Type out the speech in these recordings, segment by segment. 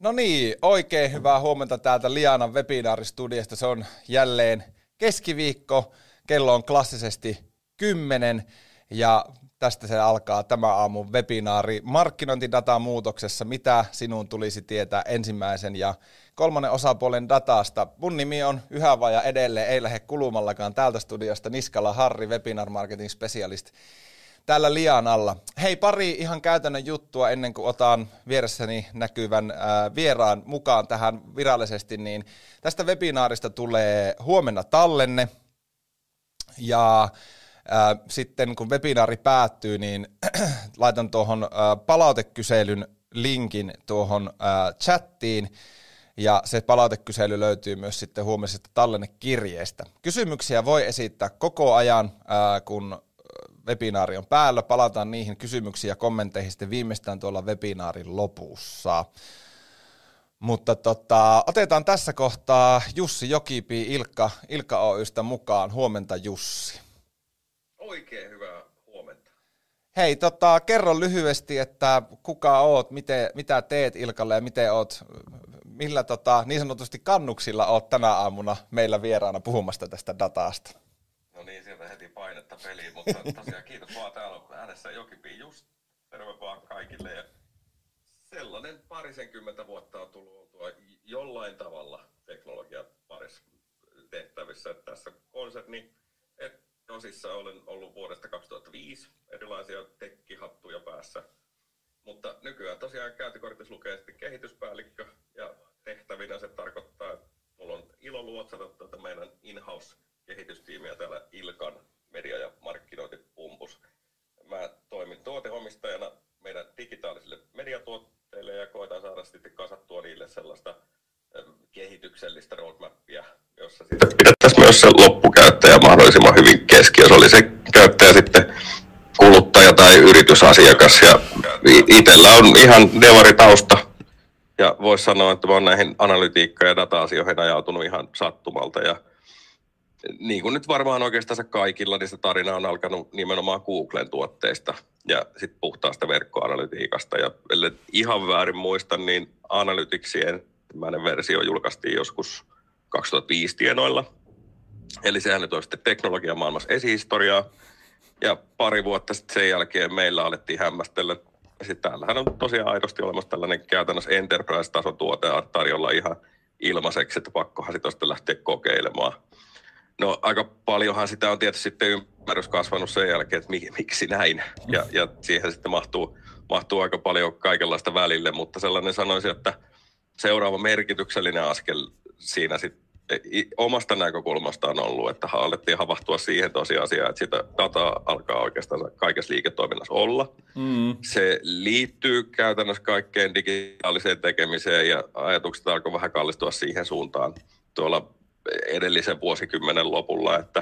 No niin, oikein hyvää huomenta täältä Lianan webinaaristudiosta. Se on jälleen keskiviikko, kello on klassisesti 10 ja tästä se alkaa tämä aamun webinaari markkinointidatan muutoksessa, mitä sinun tulisi tietää ensimmäisen ja kolmannen osapuolen datasta. Mun nimi on yhä vaan ja edelleen, ei lähde kulumallakaan täältä studiosta, Niskala Harri, webinar marketing specialist täällä Lianalla. Hei, pari ihan käytännön juttua ennen kuin otan vieressäni näkyvän vieraan mukaan tähän virallisesti, niin tästä webinaarista tulee huomenna tallenne ja sitten kun webinaari päättyy, niin laitan tuohon palautekyselyn linkin tuohon chattiin ja se palautekysely löytyy myös sitten huomisesta tallennekirjeestä. Kysymyksiä voi esittää koko ajan, kun webinaari on päällä. Palataan niihin kysymyksiin ja kommentteihin sitten viimeistään tuolla webinaarin lopussa. Mutta otetaan tässä kohtaa Jussi Jokipi Ilkka Oystä mukaan. Huomenta Jussi. Oikein hyvää huomenta. Hei, kerro lyhyesti, että kuka oot, mitä teet Ilkalle ja miten oot, millä niin sanotusti kannuksilla oot tänä aamuna meillä vieraana puhumasta tästä datasta. No niin, sieltä heti painetta peliin, mutta tosiaan kiitos vaan, täällä on äänessä Jokipi just. Terve vaan kaikille. Ja sellainen 20 vuotta on tullut oltua jollain tavalla teknologian parissa tehtävissä. Että tässä konserni tosissaan olen ollut vuodesta 2005 erilaisia tekkihattuja päässä. Mutta nykyään tosiaan käyntikortissa lukee sitten kehityspäällikkö ja tehtävinä se tarkoittaa, että mulla on ilo luotsata tätä meidän in-house kehitystiimiä täällä Ilkan media- ja markkinointipumpus. Mä toimin tuoteomistajana meidän digitaalisille mediatuotteille ja koitan saada sitten kasattua niille sellaista kehityksellistä roadmappia, jossa pidettäisiin myös se loppukäyttäjä mahdollisimman hyvin keskiössä. Oli se käyttäjä sitten kuluttaja tai yritysasiakas ja itsellä on ihan devaritausta ja voisi sanoa, että mä oon näihin analytiikka- ja data-asioihin ajautunut ihan sattumalta ja niin kuin nyt varmaan oikeastaan kaikilla, niin se tarina on alkanut nimenomaan Googlen tuotteista ja sitten puhtaasta verkkoanalytiikasta. Ja ellei ihan väärin muista, niin Analyticsien ensimmäinen versio julkaistiin joskus 2005 tienoilla. Eli sehän nyt on sitten teknologian maailmassa esihistoriaa. Ja pari vuotta sitten sen jälkeen meillä alettiin hämmästellä. Sitten täällähän on tosiaan aidosti olemassa tällainen käytännössä enterprise-tason tuote tarjolla ihan ilmaiseksi, että pakkohan sitä sitten lähteä kokeilemaan. No aika paljonhan sitä on tietysti sitten ymmärrys kasvanut sen jälkeen, että miksi näin. Ja siihen sitten mahtuu aika paljon kaikenlaista välille, mutta sellainen sanoisin, että seuraava merkityksellinen askel siinä sitten omasta näkökulmasta on ollut, että alettiin havahtua siihen tosiasiaan, että sitä dataa alkaa oikeastaan kaikessa liiketoiminnassa olla. Se liittyy käytännössä kaikkeen digitaaliseen tekemiseen ja ajatukset alkoi vähän kallistua siihen suuntaan tuolla edellisen vuosikymmenen lopulla, että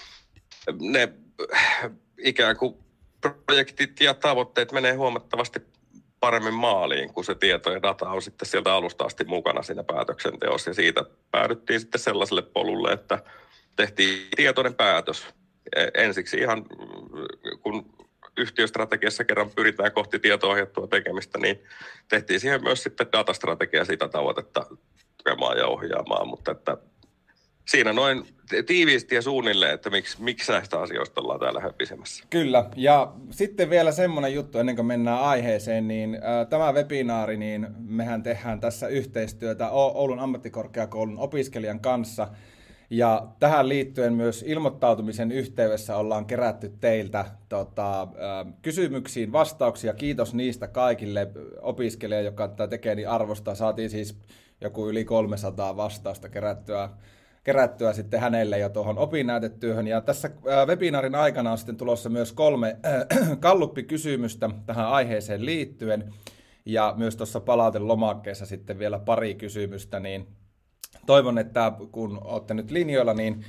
ne ikään kuin projektit ja tavoitteet menee huomattavasti paremmin maaliin, kun se tieto ja data on sitten sieltä alusta asti mukana siinä päätöksenteossa. Ja siitä päädyttiin sitten sellaiselle polulle, että tehtiin tietoinen päätös. Ensiksi ihan kun yhtiöstrategiassa kerran pyritään kohti tieto-ohjattua tekemistä, niin tehtiin siihen myös sitten datastrategia sitä tavoitetta tukemaan ja ohjaamaan, mutta että siinä noin tiiviisti ja suunnilleen, että miksi näistä asioista ollaan täällä höpisemässä. Kyllä, ja sitten vielä semmoinen juttu ennen kuin mennään aiheeseen, niin tämä webinaari, niin mehän tehdään tässä yhteistyötä Oulun ammattikorkeakoulun opiskelijan kanssa, ja tähän liittyen myös ilmoittautumisen yhteydessä ollaan kerätty teiltä kysymyksiin vastauksia. Kiitos niistä kaikille opiskelijoille, jotka tätä tekee, niin arvostaa. Saatiin siis joku yli 300 vastausta kerättyä sitten hänelle jo tuohon opinnäytetyöhön. Ja tässä webinaarin aikana on sitten tulossa myös 3 galluppikysymystä tähän aiheeseen liittyen. Ja myös tuossa palautelomakkeessa sitten vielä pari kysymystä, niin toivon, että kun olette nyt linjoilla, niin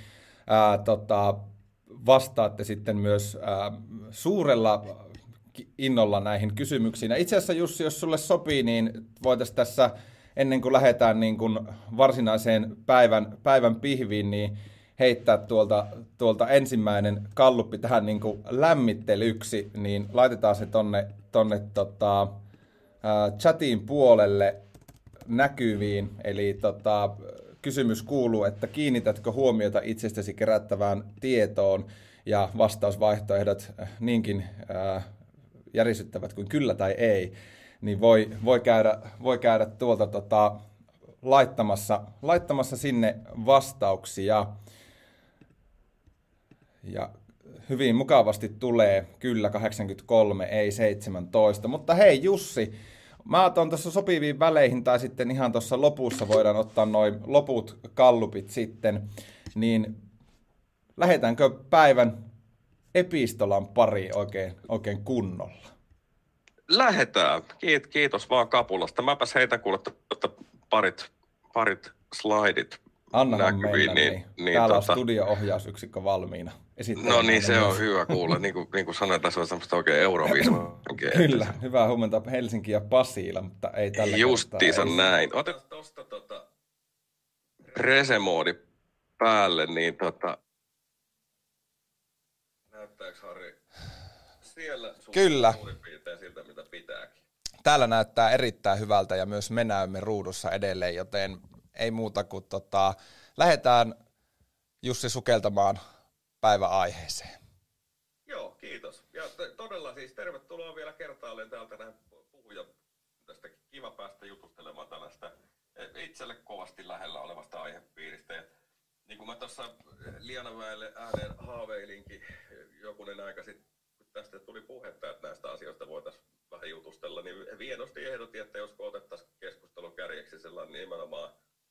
vastaatte sitten myös suurella innolla näihin kysymyksiin. Ja itse asiassa Jussi, jos sulle sopii, niin voitaisiin tässä ennen kuin lähdetään niin kuin varsinaiseen päivän pihviin, niin heittää tuolta ensimmäinen galluppi tähän niin kuin lämmittelyksi, niin laitetaan se tonne chatin puolelle näkyviin. Eli kysymys kuuluu, että kiinnitätkö huomiota itsestäsi kerättävään tietoon, ja vastausvaihtoehdot niinkin järisyttävät kuin kyllä tai ei, niin voi käydä tuolta laittamassa sinne vastauksia. Ja hyvin mukavasti tulee kyllä 83, ei 17. Mutta hei Jussi, mä otan tuossa sopiviin väleihin, tai sitten ihan tuossa lopussa voidaan ottaa noin loput gallupit sitten, niin lähdetäänkö päivän epistolan pari oikein kunnolla? Lähetään. Kiitos vaan kapulasta. Mäpäs heitän kuule parit slaidit Annahan näkyviin. mennä, niin täällä on studio-ohjausyksikkö valmiina. No niin, se on hyvä kuulla. Niin kuin sanoin, tässä on semmoista oikein Euroviisun. Kyllä, hyvää huomenta Helsinki ja Pasila, mutta ei tällä justiinsa näin. Otetaan tuosta resemoodi päälle, niin näyttääkö Harri siellä kyllä suurin piirtein siltä, mitä pitääkin? Täällä näyttää erittäin hyvältä ja myös me näymme ruudussa edelleen, joten ei muuta kuin lähdetään Jussi sukeltamaan päivän aiheeseen. Joo, kiitos. Ja todella siis tervetuloa vielä kertaalleen täältä näin puhuja. Tästä kiva päästä jutustelemaan tällaista itselle kovasti lähellä olevasta aihepiiristä. Ja niin kuin mä tuossa Lianaväelle ääneen haaveilinkin jokunen aika sitten, kun tästä tuli puhetta, että näistä asioista voitaisiin vähän jutustella, niin hienosti ehdotin, että jos otettaisiin keskustelun kärjeksi sellainen nimenomaan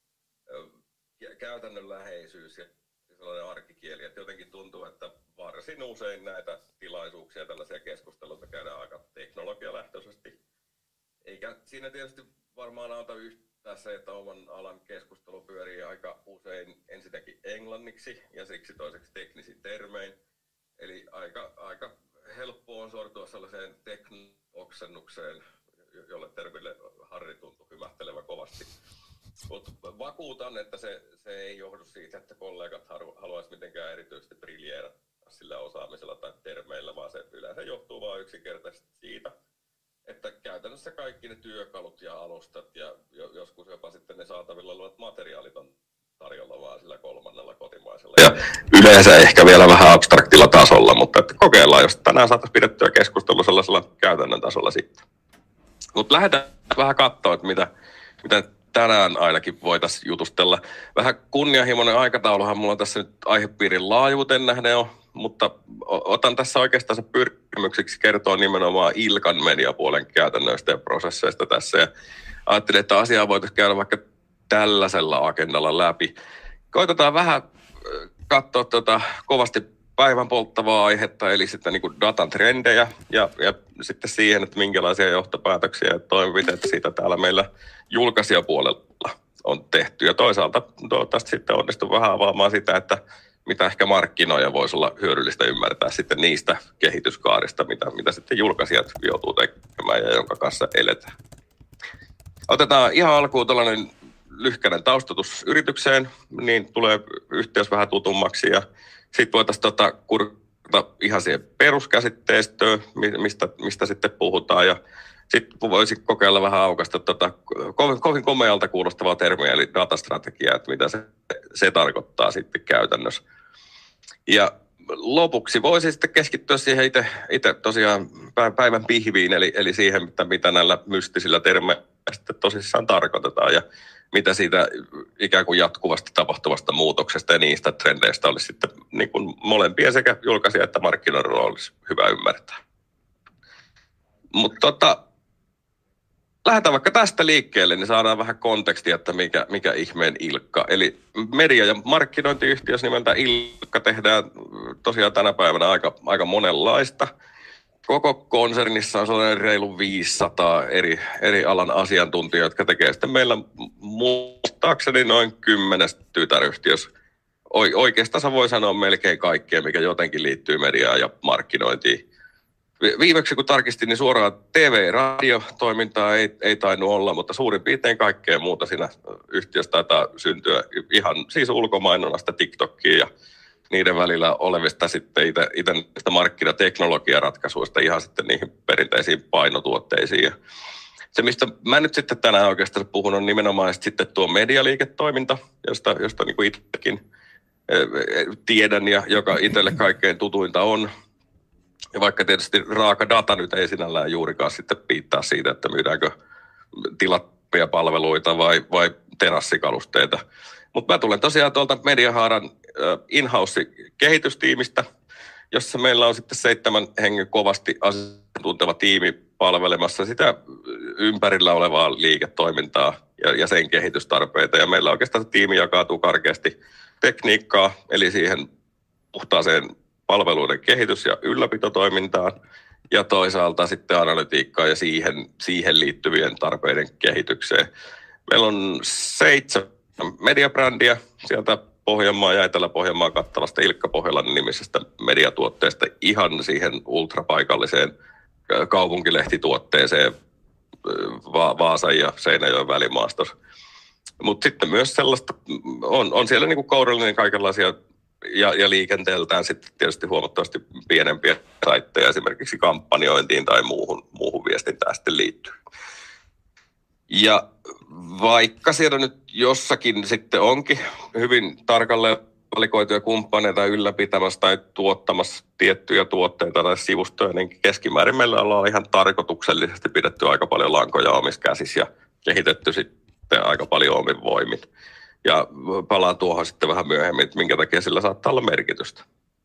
käytännönläheisyys ja sellainen arkikieli, että jotenkin tuntuu, että varsin usein näitä tilaisuuksia, tällaisia keskusteluita käydään aika teknologialähtöisesti. Eikä siinä tietysti varmaan auta yhtään se, että oman alan keskustelu pyörii aika usein ensinnäkin englanniksi ja siksi toiseksi teknisin termein. Eli aika helppo on sortua sellaiseen tekno-oksennukseen, jolle termille Harri tuntui hymähtelevän kovasti. Mutta vakuutan, että se ei johdu siitä, että kollegat haluaisivat mitenkään erityisesti briljeerata sillä osaamisella tai termeillä, vaan se yleensä johtuu vain yksinkertaisesti siitä, että käytännössä kaikki ne työkalut ja alustat ja joskus jopa sitten ne saatavilla olevat materiaalit on tarjolla vaan sillä kolmannella kotimaisella. Ja yleensä ehkä vielä vähän abstraktilla tasolla, mutta että kokeillaan, jos tänään saataisiin pidettyä keskustelua sellaisella käytännön tasolla sitten. Mutta lähdetään vähän katsoa, että mitä tänään ainakin voitaisiin jutustella. Vähän kunnianhimoinen aikatauluhan mulla on tässä nyt aihepiirin laajuuteen nähden on, mutta otan tässä oikeastaan pyrkimyksiksi kertoa nimenomaan Ilkan mediapuolen käytännöistä ja prosesseista tässä. Ja ajattelin, että asiaa voitaisiin käydä vaikka tällaisella agendalla läpi. Koitetaan vähän katsoa kovasti päivän polttavaa aihetta, eli sitten niin kuin datan trendejä ja sitten siihen, että minkälaisia johtopäätöksiä ja toimenpiteitä siitä täällä meillä julkaisijapuolella on tehty. Ja toisaalta toivottavasti sitten onnistuu vähän avaamaan sitä, että mitä ehkä markkinoija voisi olla hyödyllistä ymmärtää sitten niistä kehityskaarista, mitä sitten julkaisijat joutuu tekemään ja jonka kanssa eletään. Otetaan ihan alkuun tällainen lyhkäinen taustatus yritykseen, niin tulee yhteys vähän tutummaksi ja sitten voitaisiin kurkata ihan siihen peruskäsitteistöön, mistä sitten puhutaan ja sitten voisi kokeilla vähän aukaista kovin komealta kuulostavaa termiä, eli datastrategiaa, että mitä se tarkoittaa sitten käytännössä. Ja lopuksi voisi sitten keskittyä siihen itse tosiaan päivän pihviin, eli siihen, mitä näillä mystisillä termeillä sitten tosissaan tarkoitetaan ja mitä siitä ikään kuin jatkuvasti tapahtuvasta muutoksesta ja niistä trendeistä olisi sitten niin kuin molempien sekä julkaisija että markkinoiden olisi hyvä ymmärtää. Mutta lähdetään vaikka tästä liikkeelle, niin saadaan vähän kontekstia, että mikä ihmeen Ilkka. Eli media- ja markkinointiyhtiös nimeltä Ilkka tehdään tosiaan tänä päivänä aika monenlaista. Koko konsernissa on sellainen reilu 500 eri alan asiantuntijoita, jotka tekee sitten meillä muistaakseni noin 10 tytäryhtiössä. Oikeastaan voi sanoa melkein kaikkea, mikä jotenkin liittyy mediaan ja markkinointiin. Viimeksi kun tarkistin, niin suoraan TV- ja radiotoimintaa ei tainnut olla, mutta suurin piirtein kaikkea muuta siinä yhtiössä taitaa syntyä ihan siis ulkomainonnasta TikTokiin ja niiden välillä olevista sitten itse niistä markkinateknologiaratkaisuista ihan sitten niihin perinteisiin painotuotteisiin. Ja se, mistä mä nyt sitten tänään oikeastaan puhun, on nimenomaan sitten tuo medialiiketoiminta, josta niin kuin itsekin tiedän ja joka itselle kaikkein tutuinta on. Ja vaikka tietysti raaka data nyt ei sinällään juurikaan sitten piittaa siitä, että myydäänkö tilattuja palveluita vai terassikalusteita. Mutta mä tulen tosiaan tuolta Mediahaaran in-house-kehitystiimistä, jossa meillä on sitten 7 hengen kovasti asiantunteva tiimi palvelemassa sitä ympärillä olevaa liiketoimintaa ja sen kehitystarpeita. Ja meillä oikeastaan se tiimi jakautuu karkeasti tekniikkaa, eli siihen puhtaaseen palveluiden kehitys- ja ylläpitotoimintaan, ja toisaalta sitten analytiikkaa ja siihen liittyvien tarpeiden kehitykseen. Meillä on 7 mediabrändiä sieltä Pohjanmaan ja Etelä-Pohjanmaan kattavasta Ilkka Pohjolan nimisestä mediatuotteesta ihan siihen ultrapaikalliseen kaupunkilehtituotteeseen Vaasan ja Seinäjoen välimaastossa. Mutta sitten myös sellaista, on siellä niinku kourallinen kaikenlaisia ja liikenteeltään sitten tietysti huomattavasti pienempiä saitteja esimerkiksi kampanjointiin tai muuhun viestintään sitten liittyy. Ja vaikka siellä nyt jossakin sitten onkin hyvin tarkalleen valikoituja kumppaneita ylläpitämässä tai tuottamassa tiettyjä tuotteita tai sivustoja, niin keskimäärin meillä ollaan ihan tarkoituksellisesti pidetty aika paljon lankoja omissa käsissä ja kehitetty sitten aika paljon omin voimin. Ja palaan tuohon sitten vähän myöhemmin, että minkä takia sillä saattaa olla merkitystä.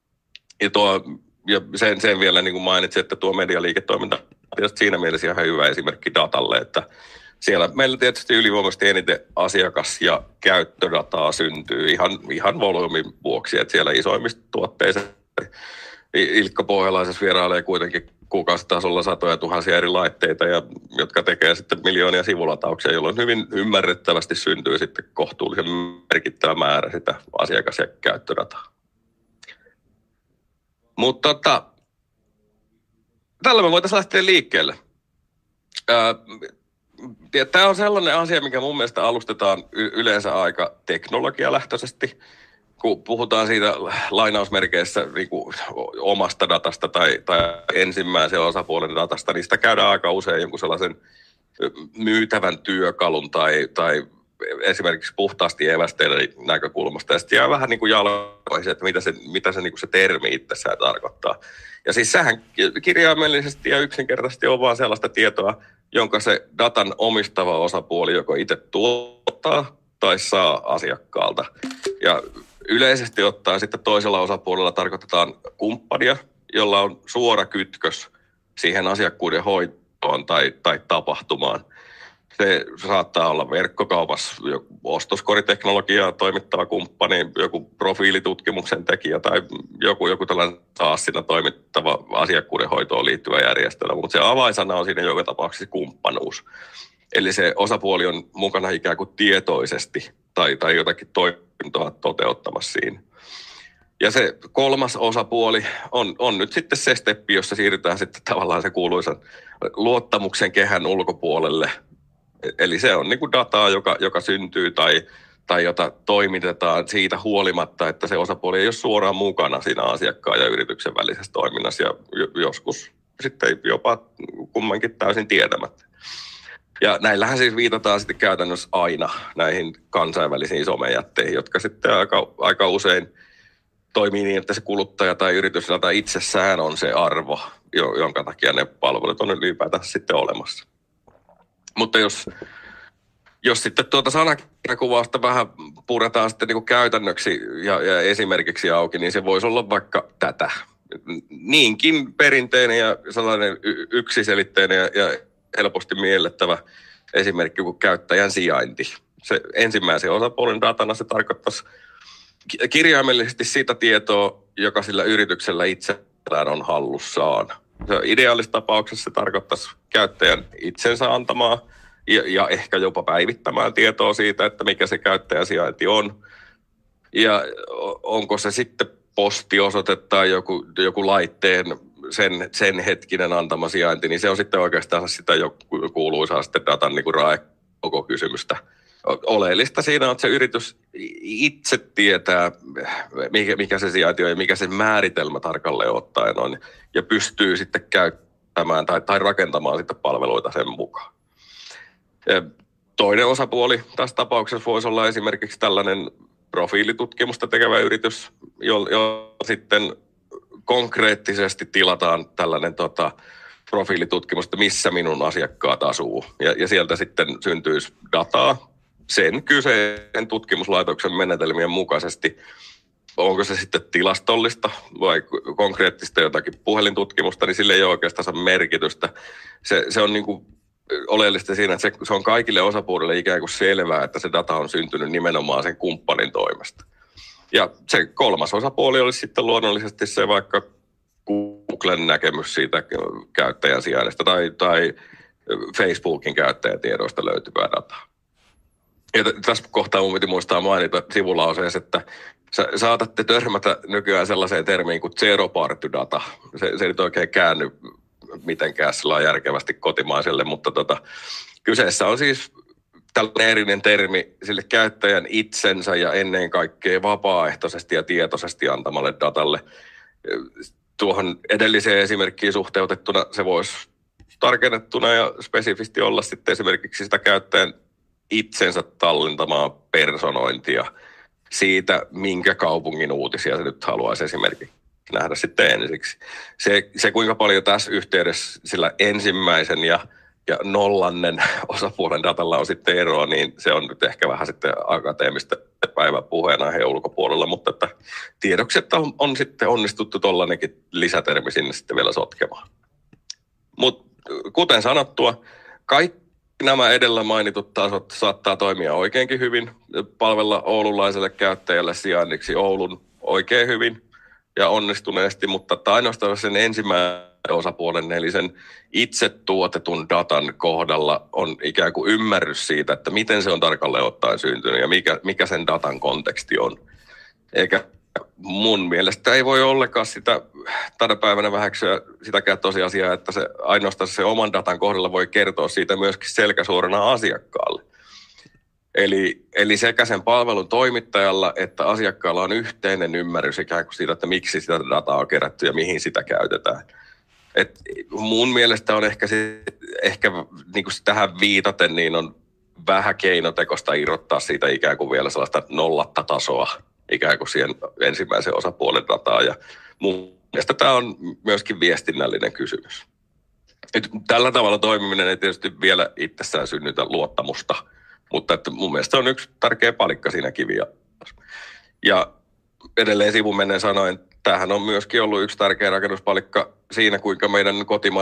Ja sen vielä niin kuin mainitsin, että tuo medialiiketoiminta on tietysti siinä mielessä ihan hyvä esimerkki datalle, että siellä meillä tietysti ylivoimaisesti eniten asiakas- ja käyttödataa syntyy ihan volyymin vuoksi, että siellä isoimmista tuotteista Ilkka Pohjalaisessa vierailee kuitenkin kuukausitasolla satoja tuhansia eri laitteita, jotka tekee sitten miljoonia sivulatauksia, jolloin hyvin ymmärrettävästi syntyy sitten kohtuullisen merkittävä määrä sitä asiakas- ja käyttödataa. Mutta tällä me voitaisiin lähteä liikkeelle. Tämä on sellainen asia, mikä mun mielestä alustetaan yleensä aika teknologialähtöisesti, kun puhutaan siitä lainausmerkeissä niin kuin omasta datasta tai ensimmäisen osapuolen datasta, niin sitä käydään aika usein jonkun sellaisen myytävän työkalun tai esimerkiksi puhtaasti evästeiden näkökulmasta. Ja sitten jää vähän niin kuin jalkoihin, että mitä se, niin kuin se termi itsessään tarkoittaa. Ja siis sehän kirjaimellisesti ja yksinkertaisesti on vaan sellaista tietoa, jonka se datan omistava osapuoli joko itse tuottaa tai saa asiakkaalta. Ja yleisesti ottaen sitten toisella osapuolella tarkoitetaan kumppania, jolla on suora kytkös siihen asiakkuuden hoitoon tai tapahtumaan. Se saattaa olla verkkokaupassa ostoskoriteknologiaa toimittava kumppani, joku profiilitutkimuksen tekijä tai joku tällainen SaaSina toimittava asiakkuuden hoitoon liittyvä järjestelmä, mutta se avainsana on siinä joka tapauksessa kumppanuus. Eli se osapuoli on mukana ikään kuin tietoisesti tai jotakin toimintoa toteuttamassa siinä. Ja se kolmas osapuoli on nyt sitten se steppi, jossa siirrytään sitten tavallaan se kuuluisan luottamuksen kehän ulkopuolelle. Eli se on niin kuin dataa, joka syntyy tai jota toimitetaan siitä huolimatta, että se osapuoli ei ole suoraan mukana siinä asiakkaan ja yrityksen välisessä toiminnassa ja joskus sitten jopa kummankin täysin tietämättä. Ja näillähän siis viitataan sitten käytännössä aina näihin kansainvälisiin somejätteihin, jotka sitten aika usein toimii niin, että se kuluttaja tai yritysdata itsessään on se arvo, jonka takia ne palvelut on ylipäätään sitten olemassa. Mutta jos sitten tuota sanakuvausta vähän puretaan sitten niin kuin käytännöksi ja esimerkiksi auki, niin se voisi olla vaikka tätä. Niinkin perinteinen ja sellainen yksiselitteinen ja helposti miellettävä esimerkki kuin käyttäjän sijainti. Se ensimmäisen osapuolen datana se tarkoittaisi kirjaimellisesti sitä tietoa, joka sillä yrityksellä itsellään on hallussaan. Ideaalisessa tapauksessa se tarkoittaisi käyttäjän itsensä antamaa ja ehkä jopa päivittämään tietoa siitä, että mikä se käyttäjän sijainti on. Ja onko se sitten postiosoite tai joku laitteen sen hetkinen antama sijainti, niin se on sitten oikeastaan sitä kuuluisaa sitten datan niin kuin koko kysymystä. Oleellista siinä on, että se yritys itse tietää, mikä se sijainti on ja mikä se määritelmä tarkalleen ottaen on, ja pystyy sitten käyttämään tai rakentamaan sitten palveluita sen mukaan. Toinen osapuoli tässä tapauksessa voisi olla esimerkiksi tällainen profiilitutkimusta tekevä yritys, jolla sitten konkreettisesti tilataan tällainen profiilitutkimus, että missä minun asiakkaat asuu. Ja sieltä sitten syntyisi dataa sen kyseisen tutkimuslaitoksen menetelmien mukaisesti. Onko se sitten tilastollista vai konkreettista jotakin puhelintutkimusta, niin sille ei ole oikeastaan merkitystä. Se on niin kuin oleellista siinä, että se on kaikille osapuolille ikään kuin selvää, että se data on syntynyt nimenomaan sen kumppanin toimesta. Ja se kolmas osapuoli olisi sitten luonnollisesti se vaikka Googlen näkemys siitä käyttäjän sijainnista tai Facebookin käyttäjätiedoista löytyvää dataa. Ja tässä kohtaa mun piti muistaa mainita sivulauseessa, että saatatte törmätä nykyään sellaiseen termiin kuin zero party data. Se ei nyt oikein käänny mitenkään sillä järkevästi kotimaiselle, mutta kyseessä on siis tällainen erinen termi sille käyttäjän itsensä ja ennen kaikkea vapaaehtoisesti ja tietoisesti antamalle datalle. Tuohon edelliseen esimerkkiin suhteutettuna se voisi tarkennettuna ja spesifisti olla sitten esimerkiksi sitä käyttäjän itsensä tallentamaa personointia siitä, minkä kaupungin uutisia se nyt haluaisi esimerkiksi nähdä sitten ensiksi. Se kuinka paljon tässä yhteydessä sillä ensimmäisen ja nollannen osapuolen datalla on sitten eroa, niin se on nyt ehkä vähän sitten akateemista päivän puheenaiheen ulkopuolella, mutta että tiedoksi, että on sitten onnistuttu tollainenkin lisätermi sinne sitten vielä sotkemaan. Mutta kuten sanottua, kaikki nämä edellä mainitut tasot saattaa toimia oikeinkin hyvin, palvella oululaiselle käyttäjälle sijainniksi Oulun oikein hyvin ja onnistuneesti, mutta ainoastaan sen ensimmäisen osapuolen, eli sen itse tuotetun datan kohdalla on ikään kuin ymmärrys siitä, että miten se on tarkalleen ottaen syntynyt ja mikä sen datan konteksti on. Eikä mun mielestä ei voi ollenkaan sitä tänä päivänä väheksyä sitäkään tosiasiaa, että se ainoastaan se oman datan kohdalla voi kertoa siitä myöskin selkäsuorana asiakkaalle. Eli sekä sen palvelun toimittajalla että asiakkaalla on yhteinen ymmärrys ikään kuin siitä, että miksi sitä dataa on kerätty ja mihin sitä käytetään. Et mun mielestä on ehkä niin kuin tähän viitaten, niin on vähän keinotekoista irrottaa siitä ikään kuin vielä sellaista nollatta tasoa ikään kuin siihen ensimmäisen osapuolen dataa. Ja mun mielestä tämä on myöskin viestinnällinen kysymys. Et tällä tavalla toimiminen ei tietysti vielä itsessään synnytä luottamusta, mutta että mun mielestä on yksi tärkeä palikka siinä kivijalassa. Ja edelleen sivumennen sanoen, tämähän on myöskin ollut yksi tärkeä rakennuspalikka siinä, kuinka meidän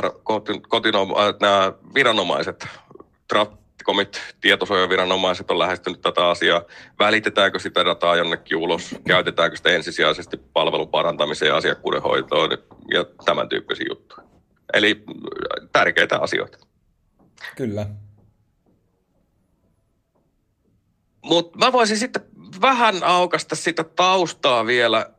nämä viranomaiset, Tratkomit, tietosuojaviranomaiset on lähestynyt tätä asiaa. Välitetäänkö sitä dataa jonnekin ulos? Käytetäänkö sitä ensisijaisesti palvelun parantamiseen ja asiakkuuden hoitoon ja tämän tyyppisiä juttuja? Eli tärkeitä asioita. Kyllä. Mutta mä voisin sitten vähän aukaista sitä taustaa vielä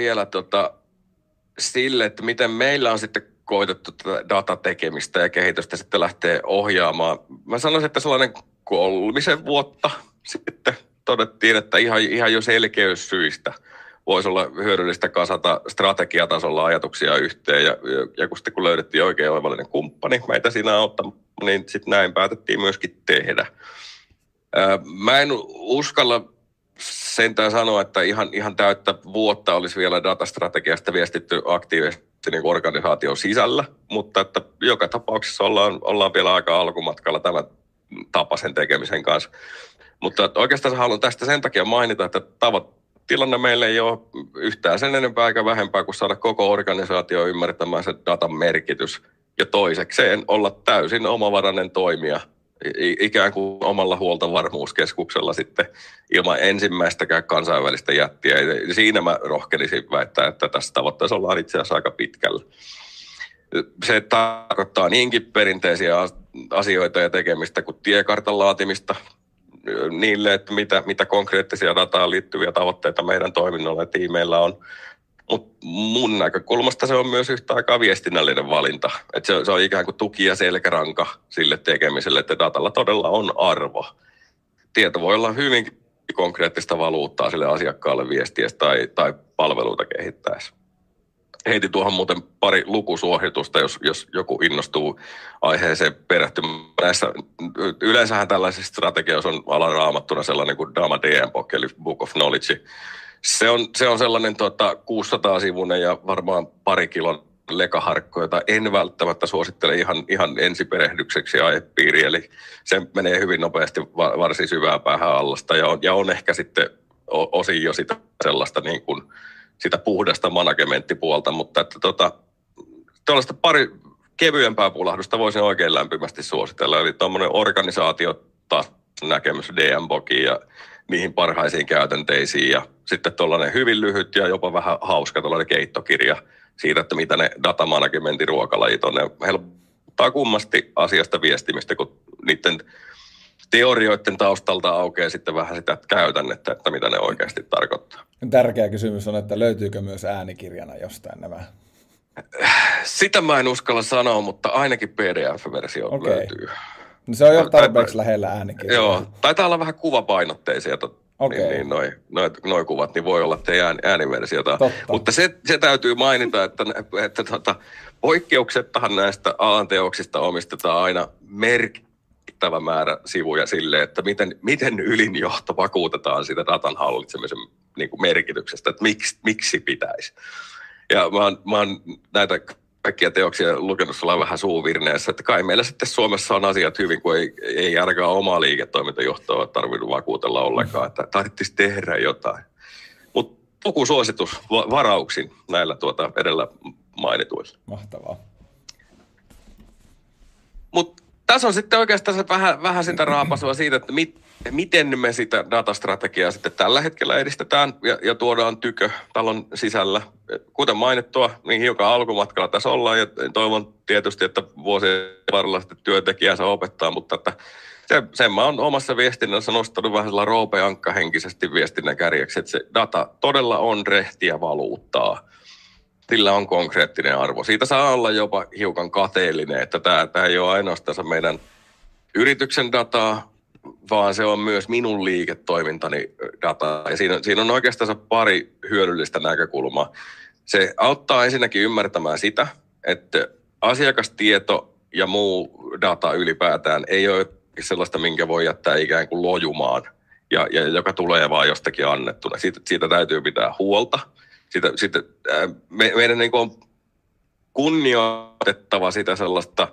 sille, että miten meillä on sitten koitettu tätä datatekemistä ja kehitystä sitten lähtee ohjaamaan. Mä sanoisin, että sellainen 3 vuotta sitten todettiin, että ihan jo selkeyssyistä voisi olla hyödyllistä kasata strategiatasolla ajatuksia yhteen. Ja kun löydettiin oikein oivallinen kumppani meitä siinä auttamaan, niin sitten näin päätettiin myöskin tehdä. Mä en uskalla sentään sanoa, että ihan täyttä vuotta olisi vielä datastrategiasta viestitty aktiivisesti niin organisaation sisällä, mutta että joka tapauksessa ollaan vielä aika alkumatkalla tämän tapaisen tekemisen kanssa. Mutta oikeastaan haluan tästä sen takia mainita, että tilanne meille ei ole yhtään sen enempää eikä vähempää kuin saada koko organisaatio ymmärtämään sen datan merkitys ja toisekseen olla täysin omavarainen toimija ikään kuin omalla huoltovarmuuskeskuksella sitten ilman ensimmäistäkään kansainvälistä jättiä. Siinä mä rohkenisin väittää, että tässä tavoitteessa ollaan itse asiassa aika pitkällä. Se tarkoittaa niinkin perinteisiä asioita ja tekemistä kuin tiekartan laatimista niille, että mitä konkreettisia dataan liittyviä tavoitteita meidän toiminnolla ja tiimeillä on. Mutta mun näkökulmasta se on myös yhtä aikaa viestinnällinen valinta. Että se on ikään kuin tuki ja selkäranka sille tekemiselle, että datalla todella on arvo. Tieto voi olla hyvin konkreettista valuuttaa sille asiakkaalle viestiessä tai palveluita kehittäessä. heitin tuohon muuten pari lukusuositusta, jos joku innostuu aiheeseen perehtymään. Yleensähän tällaisissa strategioissa on alaraamattuna sellainen kuin Dama DM-book, eli Book of Knowledge. Se on sellainen 600-sivuinen ja varmaan pari kilon lekaharkko, jota en välttämättä suosittele ihan ensiperehdykseksi aihepiiriin. Eli se menee hyvin nopeasti varsin syvää päähän allasta ja on ehkä sitten osin jo sitä sellaista niin kuin sitä puhdasta managementtipuolta, mutta että tuollaista pari kevyempää pulahdusta voisin oikein lämpimästi suositella. Eli tuommoinen organisaatio taas näkemys DM-bogiin ja niihin parhaisiin käytänteisiin ja sitten tuollainen hyvin lyhyt ja jopa vähän hauska tuollainen keittokirja siitä, että mitä ne datamanagementin ruokalajit on. Ne helpottaa kummasti asiasta viestimistä, kun niiden teorioiden taustalta aukeaa sitten vähän sitä käytännettä, että mitä ne oikeasti tarkoittaa. Tärkeä kysymys on, että löytyykö myös äänikirjana jostain nämä? Sitä mä en uskalla sanoa, mutta ainakin PDF-versio löytyy. No se on jo tarpeeksi lähellä äänikirjaa. Joo, taitaa olla vähän kuvapainotteisia niin noi kuvat, niin voi olla teidän ääniversiota. Mutta se täytyy mainita, että poikkeuksettahan näistä alan teoksista omistetaan aina merkittävä määrä sivuja sille, että miten ylinjohto vakuutetaan sitä datan hallitsemisen niin kuin merkityksestä, että miksi pitäisi. Ja mä oon näitä kaikkia teoksia lukenut sulla vähän suuvirneessä, että kai meillä sitten Suomessa on asiat hyvin, kun ei ainakaan omaa liiketoimintajohtoa tarvinnut vakuutella ollenkaan, että tarvitsisi tehdä jotain. Mutta lukusuositus varauksin näillä edellä mainituilla. Mahtavaa. Mutta tässä on sitten oikeastaan vähän sitä raapasua siitä, että miten me sitä datastrategiaa sitten tällä hetkellä edistetään ja tuodaan tykö talon sisällä. Kuten mainittua, niin hiukan alkumatkalla tässä ollaan ja toivon tietysti, että vuosien varrella sitten työntekijänsä opettaa, mutta että sen mä oon omassa viestinnässä nostanut vähän sellainen roopeankkahenkisesti viestinnän kärjeksi, että se data todella on rehtiä valuuttaa. Sillä on konkreettinen arvo. Siitä saa olla jopa hiukan kateellinen, että tämä ei ole ainoastaan meidän yrityksen dataa, vaan se on myös minun liiketoimintani dataa. Ja siinä on oikeastaan pari hyödyllistä näkökulmaa. Se auttaa ensinnäkin ymmärtämään sitä, että asiakastieto ja muu data ylipäätään ei ole sellaista, minkä voi jättää ikään kuin lojumaan ja joka tulee vaan jostakin annettuna. Siitä täytyy pitää huolta. Meidän niin kuin on kunnioitettava sitä sellaista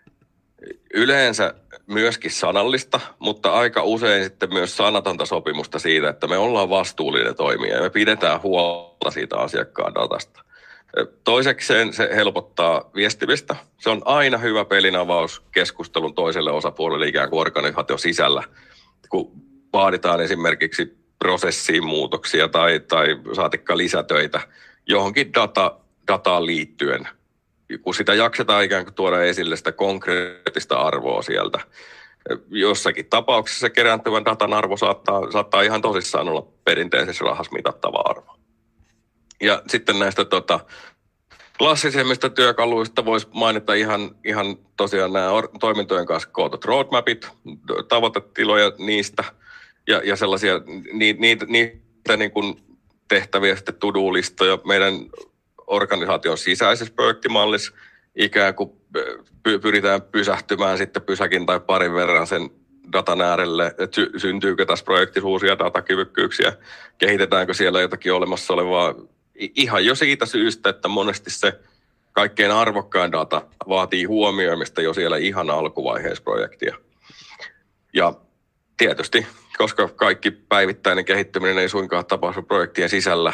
yleensä myöskin sanallista, mutta aika usein sitten myös sanatonta sopimusta siitä, että me ollaan vastuullinen toimija ja me pidetään huolta siitä asiakkaan datasta. Toisekseen se helpottaa viestimistä. Se on aina hyvä pelinavaus keskustelun toiselle osapuolelle ikään kuin organisaation sisällä, kun vaaditaan esimerkiksi prosessiin muutoksia tai saatikka lisätöitä johonkin dataan liittyen. Kun sitä jaksetaan ikään kuin tuoda esille sitä konkreettista arvoa sieltä. Jossakin tapauksessa kerääntyvän datan arvo saattaa ihan tosissaan olla perinteisessä rahassa mitattava arvo. Ja sitten näistä klassisemmista työkaluista voisi mainita ihan tosiaan nämä toimintojen kanssa kootut roadmapit, tavoitetiloja niistä ja sellaisia niitä niin kuin tehtäviä sitten to-do-listoja meidän organisaation sisäisessä projektimallissa ikään kuin pyritään pysähtymään sitten pysäkin tai parin verran sen datan äärelle, että syntyykö tässä projektissa uusia datakyvykkyyksiä, kehitetäänkö siellä jotakin olemassa olevaa, ihan jo siitä syystä, että monesti se kaikkein arvokkain data vaatii huomioimista jo siellä ihan alkuvaiheessa projektia. Ja tietysti, koska kaikki päivittäinen kehittyminen ei suinkaan tapahdu projektien sisällä,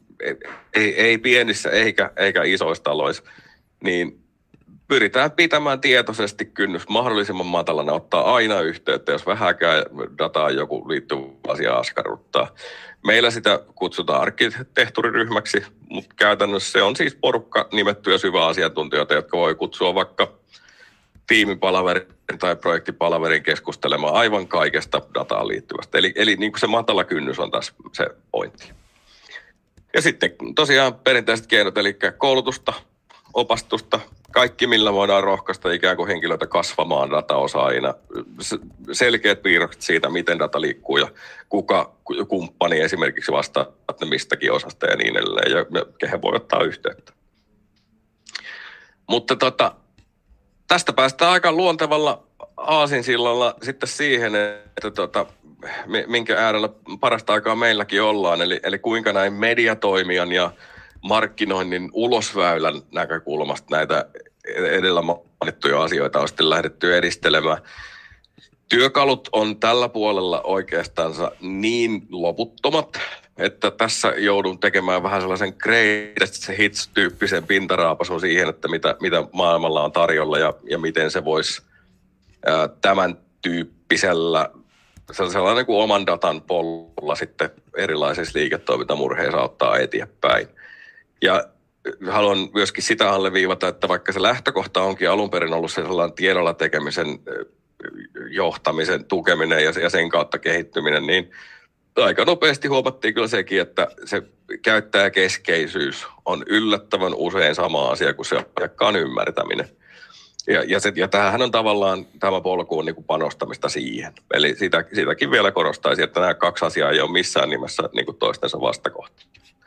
ei pienissä eikä isoissa taloissa, niin pyritään pitämään tietoisesti kynnys mahdollisimman matalana, ottaa aina yhteyttä, jos vähäkään dataa joku liittyvä asia askarruttaa. Meillä sitä kutsutaan arkkitehtuuriryhmäksi, mutta käytännössä se on siis porukka nimettyjä syvä asiantuntijoita, jotka voi kutsua vaikka tiimipalaverin tai projektipalaverin keskustelemaan aivan kaikesta dataan liittyvästä. Eli niin kuin se matala kynnys on tässä se pointti. Ja sitten tosiaan perinteiset keinot, eli koulutusta, opastusta, kaikki millä voidaan rohkaista ikään kuin henkilöitä kasvamaan dataosaajina. Selkeät piirrokset siitä, miten data liikkuu ja kuka kumppani esimerkiksi vastaa mistäkin osasta ja niin edelleen, ja kehen voi ottaa yhteyttä. Mutta tästä päästään aika luontevalla aasinsillalla sitten siihen, että minkä äärellä parasta aikaa meilläkin ollaan, eli kuinka näin mediatoimijan ja markkinoinnin ulosväylän näkökulmasta näitä edellä mainittuja asioita on sitten lähdetty edistelemään. Työkalut on tällä puolella oikeastaan niin loputtomat, että tässä joudun tekemään vähän sellaisen greatest hits-tyyppisen pintaraapasun siihen, että mitä maailmalla on tarjolla ja miten se voisi tämän tyyppisellä sellainen kuin oman datan polulla sitten erilaisissa liiketoimintamurheissa ottaa eteenpäin. Ja haluan myöskin sitä alleviivata, että vaikka se lähtökohta onkin alun perin ollut sellainen tiedolla tekemisen, johtamisen tukeminen ja sen kautta kehittyminen, niin aika nopeasti huomattiin kyllä sekin, että se käyttäjäkeskeisyys on yllättävän usein sama asia kuin se asiakkaan ymmärtäminen. Ja tämähän on tavallaan, tämä polku on niin kuin panostamista siihen. Eli sitäkin vielä korostaisin, että nämä kaksi asiaa ei ole missään nimessä niin kuin toistensa vastakohta.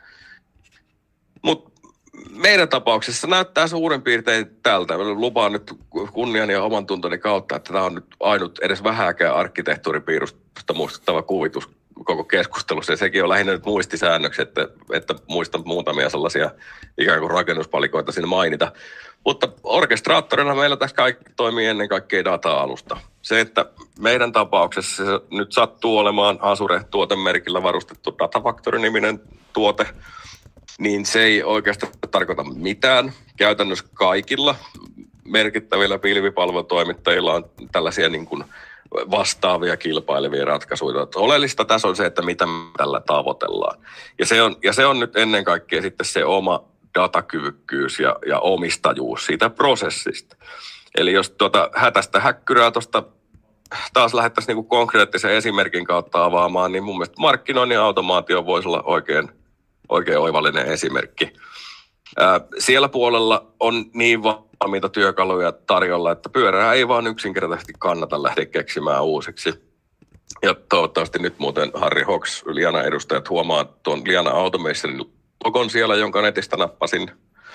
Mutta meidän tapauksessa näyttää suurin piirtein tältä. Lupaan nyt kunnian ja oman tuntoni kautta, että tämä on nyt ainut edes vähääkään arkkitehtuuripiirusta muistuttava kuvitus koko keskustelussa. Ja sekin on lähinnä nyt muistisäännöksi, että muistan muutamia sellaisia ikään kuin rakennuspalikoita siinä mainita. Mutta orkestraattorina meillä tässä kaikki toimii ennen kaikkea data-alusta. Se, että meidän tapauksessa se nyt sattuu olemaan Azure-tuotemerkillä varustettu Datafactory-niminen tuote, niin se ei oikeastaan tarkoita mitään. Käytännössä kaikilla merkittävillä pilvipalvelutoimittajilla on tällaisia niin kuin vastaavia kilpailevia ratkaisuja. Oleellista tässä on se, että mitä me tällä tavoitellaan. Ja se on nyt ennen kaikkea sitten se oma datakyvykkyys ja omistajuus siitä prosessista. Eli jos hätästä häkkyrää tuosta taas lähdettäisiin niin kuin konkreettisen esimerkin kautta avaamaan, niin mun mielestä markkinoinnin automaatio voisi olla oikein oivallinen esimerkki. Siellä puolella on niin valmiita työkaluja tarjolla, että pyörää ei vaan yksinkertaisesti kannata lähteä keksimään uusiksi. Ja toivottavasti nyt muuten Harry Hawks, Liana edustajat, huomaa tuon Liana Automationin logon siellä, jonka netistä nappasin.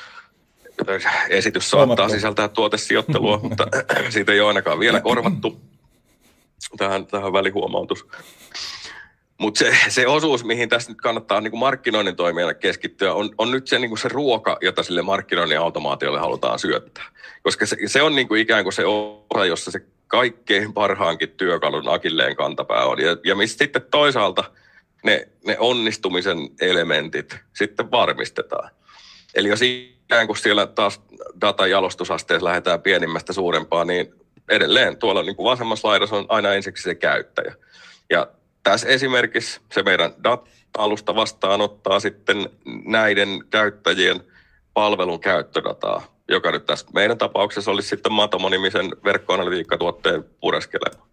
Esitys saattaa sisältää tuotesijoittelua, mutta siitä ei ole ainakaan vielä korvattu. Tähän välihuomautus. Mutta se osuus, mihin tässä nyt kannattaa niin kuin markkinoinnin toimijana keskittyä, on nyt se, niin kuin se ruoka, jota sille markkinoinnin automaatiolle halutaan syöttää. Koska se on niin kuin ikään kuin se osa, jossa se kaikkein parhaankin työkalun akilleen kantapää on. Ja mistä sitten toisaalta ne onnistumisen elementit sitten varmistetaan. Eli jos ikään kuin siellä taas datajalostusasteessa lähdetään pienimmästä suurempaan, niin edelleen tuolla niin kuin vasemmassa laidassa on aina ensiksi se käyttäjä. Ja tässä esimerkissä se meidän data-alusta vastaanottaa sitten näiden käyttäjien palvelun käyttödataa, joka nyt tässä meidän tapauksessa olisi sitten Matomo-nimisen verkkoanalytiikkatuotteen pureskelema.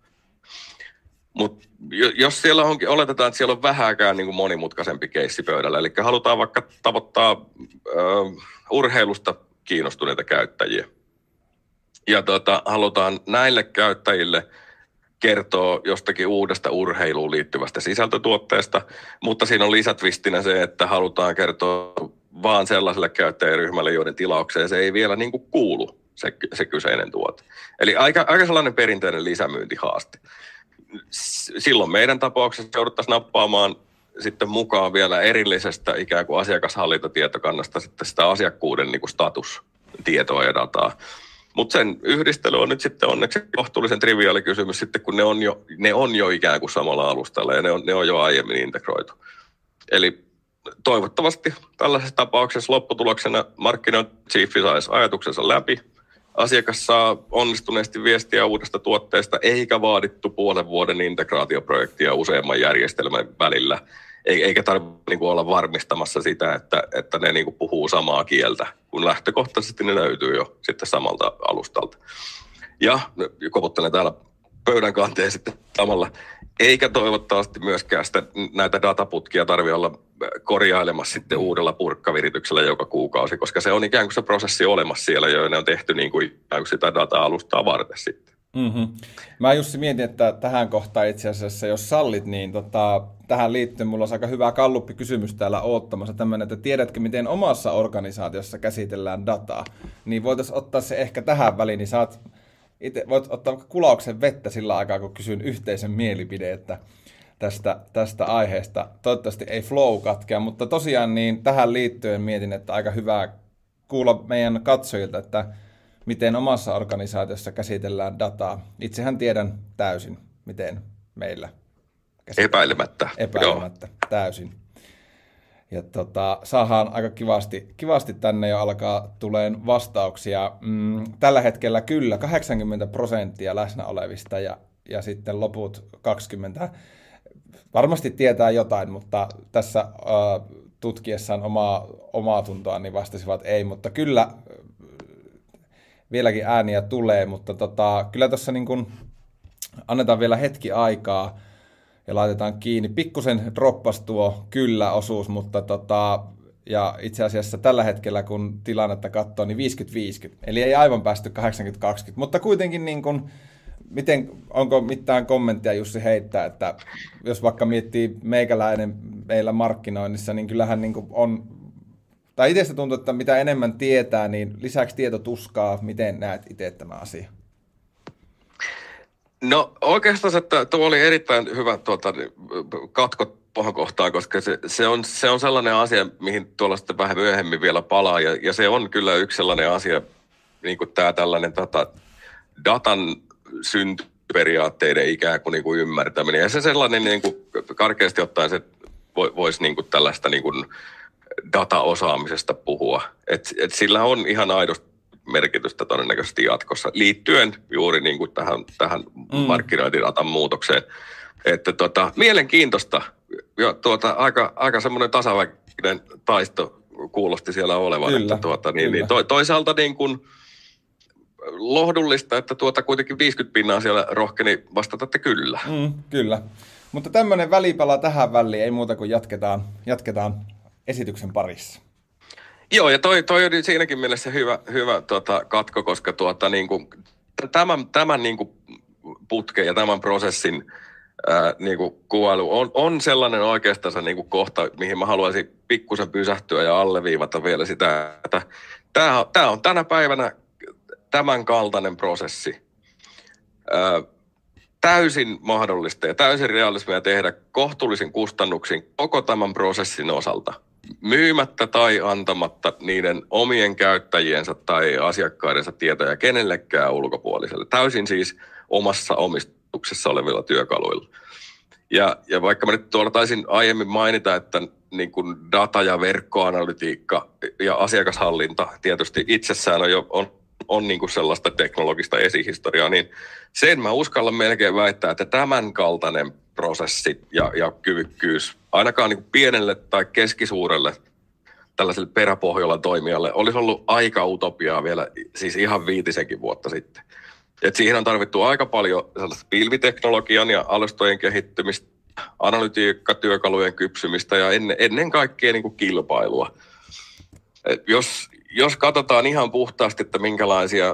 Mutta jos siellä onkin, oletetaan, että siellä on vähääkään niin kuin monimutkaisempi keissi pöydällä, eli halutaan vaikka tavoittaa urheilusta kiinnostuneita käyttäjiä, ja halutaan näille käyttäjille kertoo jostakin uudesta urheiluun liittyvästä sisältötuotteesta, mutta siinä on lisätvistinä se, että halutaan kertoa vaan sellaiselle käyttäjäryhmälle, joiden tilaukseen se ei vielä niin kuin kuulu, se kyseinen tuote. Eli aika sellainen perinteinen lisämyyntihaaste. Silloin meidän tapauksessa jouduttaisiin nappaamaan sitten mukaan vielä erillisestä ikään kuin asiakashallintatietokannasta sitten sitä asiakkuuden niin kuin statustietoa ja dataa. Mutta sen yhdistely on nyt sitten onneksi kohtuullisen triviaali kysymys sitten, kun ne on jo ikään kuin samalla alustalla ja ne on jo aiemmin integroitu. Eli toivottavasti tällaisessa tapauksessa lopputuloksena markkinointi-chiefi saisi ajatuksensa läpi. Asiakas saa onnistuneesti viestiä uudesta tuotteesta, eikä vaadittu puolen vuoden integraatioprojektia useamman järjestelmän välillä. Eikä tarvitse niin olla varmistamassa sitä, että ne niin puhuu samaa kieltä, kun lähtökohtaisesti ne löytyy jo sitten samalta alustalta. Ja koputtelen täällä pöydän kanteen sitten samalla. Eikä toivottavasti myöskään sitä, näitä dataputkia tarvitse olla korjailemassa sitten uudella purkkavirityksellä joka kuukausi, koska se on ikään kuin se prosessi olemassa siellä, jo ne on tehty niin kuin sitä data-alustaa varten sitten. Mm-hmm. Mä Jussi mietin, että tähän kohtaan itse asiassa, jos sallit, niin tähän liittyen mulla on aika hyvä kalluppikysymys täällä oottamassa. Tämmöinen, että tiedätkö, miten omassa organisaatiossa käsitellään dataa? Niin voitaisiin ottaa se ehkä tähän väliin, niin voit ottaa kulauksen vettä sillä aikaa, kun kysyn yhteisen mielipidettä tästä aiheesta. Toivottavasti ei flow katkea, mutta tosiaan niin tähän liittyen mietin, että aika hyvä kuulla meidän katsojilta, että miten omassa organisaatiossa käsitellään dataa. Itsehän tiedän täysin, miten meillä käsitellään. Epäilemättä, täysin. Ja saadaan aika kivasti tänne jo alkaa tuleen vastauksia. Tällä hetkellä kyllä 80% läsnä olevista ja sitten loput 20% varmasti tietää jotain, mutta tässä tutkiessaan omaa tuntoaan niin vastasivat ei, mutta kyllä vieläkin ääniä tulee, mutta kyllä tuossa niin kun annetaan vielä hetki aikaa ja laitetaan kiinni. Pikkusen droppas tuo kyllä-osuus, mutta ja itse asiassa tällä hetkellä, kun tilannetta katsoo, niin 50-50. Eli ei aivan päästy 80-20, mutta kuitenkin niin kun, onko mitään kommenttia Jussi heittää, että jos vaikka miettii meikäläinen meillä markkinoinnissa, niin kyllähän niin kun on, tai itsestä tuntuu, että mitä enemmän tietää, niin lisäksi tietotuskaa, miten näet itse tämä asia? No oikeastaan, että tuo oli erittäin hyvä katkot tuohon kohtaan, koska se on sellainen asia, mihin tuolla sitten vähän myöhemmin vielä palaa, ja se on kyllä yksi sellainen asia, niin kuin tämä tällainen datan syntyperiaatteiden ikään kuin ymmärtäminen, ja se sellainen niin kuin karkeasti ottaen se voisi niin kuin tällaista niin kuin dataosaamisesta puhua, että sillä on ihan aidosti merkitystä todennäköisesti jatkossa liittyen juuri niin kuin tähän markkinointidatan muutokseen. Että mielenkiintoista ja aika semmoinen tasaväkinen taisto kuulosti siellä olevan. Kyllä, että niin, toisaalta niin kuin lohdullista, että kuitenkin 50% siellä rohkeni vastata, että kyllä. Kyllä, mutta tämmöinen välipala tähän väliin, ei muuta kuin jatketaan esityksen parissa. Joo, ja toi oli siinäkin mielessä hyvä katko, koska niin kuin, tämän niin kuin putken ja tämän prosessin niin kuin kuvailu on sellainen oikeastaan niin kuin kohta, mihin mä haluaisin pikkusen pysähtyä ja alleviivata vielä sitä, että tämä on tänä päivänä tämän kaltainen prosessi. Täysin mahdollista ja täysin realismia tehdä kohtuullisin kustannuksin koko tämän prosessin osalta. Myymättä tai antamatta niiden omien käyttäjiensä tai asiakkaidensa tietoja kenellekään ulkopuoliselle. Täysin siis omassa omistuksessa olevilla työkaluilla. Ja vaikka mä nyt tuolla taisin aiemmin mainita, että niin kuin data- ja verkkoanalytiikka ja asiakashallinta tietysti itsessään on niin kuin sellaista teknologista esihistoriaa, niin sen mä uskallan melkein väittää, että tämän kaltainen prosessi ja kyvykkyys ainakaan niin kuin pienelle tai keskisuurelle tällaiselle peräpohjolla toimijalle olisi ollut aika utopiaa vielä siis ihan 5 vuotta sitten. Et siihen on tarvittu aika paljon sellaista pilviteknologian ja alustojen kehittymistä, analytiikkatyökalujen kypsymistä ja ennen kaikkea niin kuin kilpailua. Et jos katsotaan ihan puhtaasti, että minkälaisia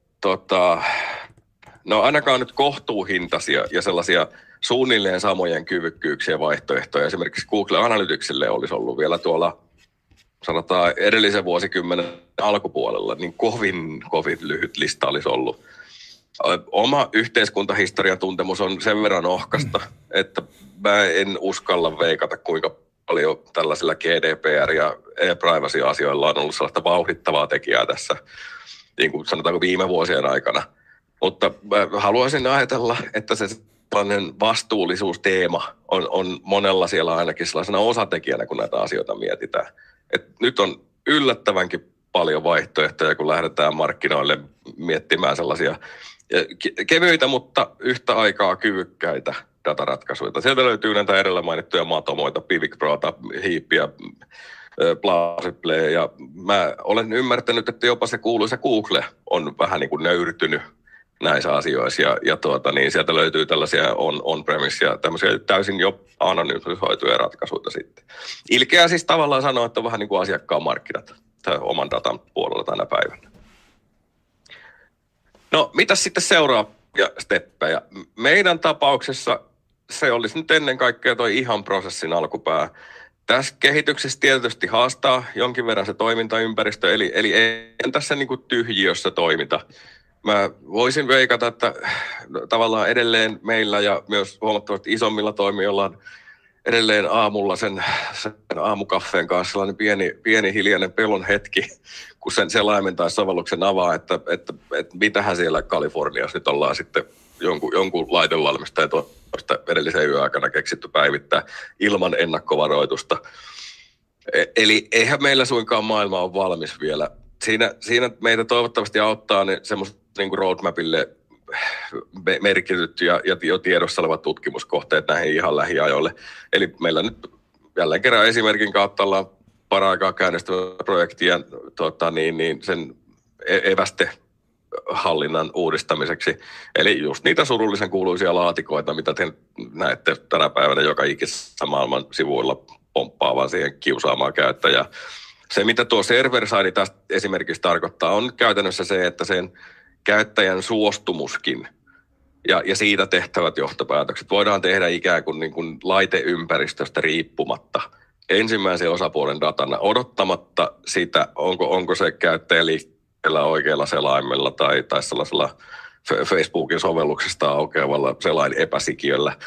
no ainakaan nyt kohtuuhintaisia ja sellaisia suunnilleen samojen kyvykkyyksiä vaihtoehtoja. Esimerkiksi Google Analyticsille olisi ollut vielä tuolla, sanotaan edellisen vuosikymmenen alkupuolella, niin kovin lyhyt lista olisi ollut. Oma yhteiskuntahistorian tuntemus on sen verran ohkasta, että mä en uskalla veikata, kuinka paljon tällaisilla GDPR- ja e-privacy-asioilla on ollut sellaista vauhdittavaa tekijää tässä, niin kuin sanotaanko viime vuosien aikana. Mutta haluaisin ajatella, että se tällainen vastuullisuusteema on monella siellä ainakin sellaisena osatekijänä, kun näitä asioita mietitään. Et nyt on yllättävänkin paljon vaihtoehtoja, kun lähdetään markkinoille miettimään sellaisia kevyitä, mutta yhtä aikaa kyvykkäitä dataratkaisuja. Sieltä löytyy näitä edellä mainittuja matomoita, Pivik Prota, Heapia, Plausible, ja mä olen ymmärtänyt, että jopa se kuuluisa Google on vähän niin kuin nöyrtynyt näissä asioissa, ja niin sieltä löytyy tällaisia on-premise ja tämmöisiä täysin jo anonymisoituja ratkaisuja sitten. Ilkeä siis tavallaan sanoa, että on vähän niin kuin asiakkaan markkinat tai oman datan puolella tänä päivänä. No, mitäs sitten seuraa? ja steppejä. Meidän tapauksessa se olisi nyt ennen kaikkea toi ihan prosessin alkupää. Tässä kehityksessä tietysti haastaa jonkin verran se toimintaympäristö, eli ei tässä niin kuin tyhjiössä toimita. Mä voisin veikata, että tavallaan edelleen meillä ja myös huomattavasti isommilla toimijoilla on edelleen aamulla sen aamukaffeen kanssa sellainen pieni hiljainen pelon hetki, kun sen selaimen tai sovelluksen avaa, että mitähän siellä Kaliforniassa nyt ollaan sitten jonkun laitevalmistajan toista edellisen yön aikana keksitty päivittää ilman ennakkovaroitusta. Eli eihän meillä suinkaan maailma ole valmis vielä. Siinä meitä toivottavasti auttaa ne semmoiset niin kuin roadmapille merkityt ja jo tiedossa olevat tutkimuskohteet näihin ihan lähiajoille. Eli meillä nyt jälleen kerran esimerkin kautta ollaan paraikaa käynnistävä projektia sen evästehallinnan uudistamiseksi. Eli just niitä surullisen kuuluisia laatikoita, mitä te näette tänä päivänä joka ikisessä maailman sivuilla pomppaavan siihen kiusaamaan käyttäjää. Se, mitä tuo server-side tästä esimerkiksi tarkoittaa, on käytännössä se, että sen käyttäjän suostumuskin ja siitä tehtävät johtopäätökset voidaan tehdä ikään kuin, laiteympäristöstä riippumatta ensimmäisen osapuolen datana odottamatta sitä, onko se käyttäjä liikkeellä oikealla selaimella tai sellaisella Facebookin sovelluksesta aukeavalla selain epäsikiöllä.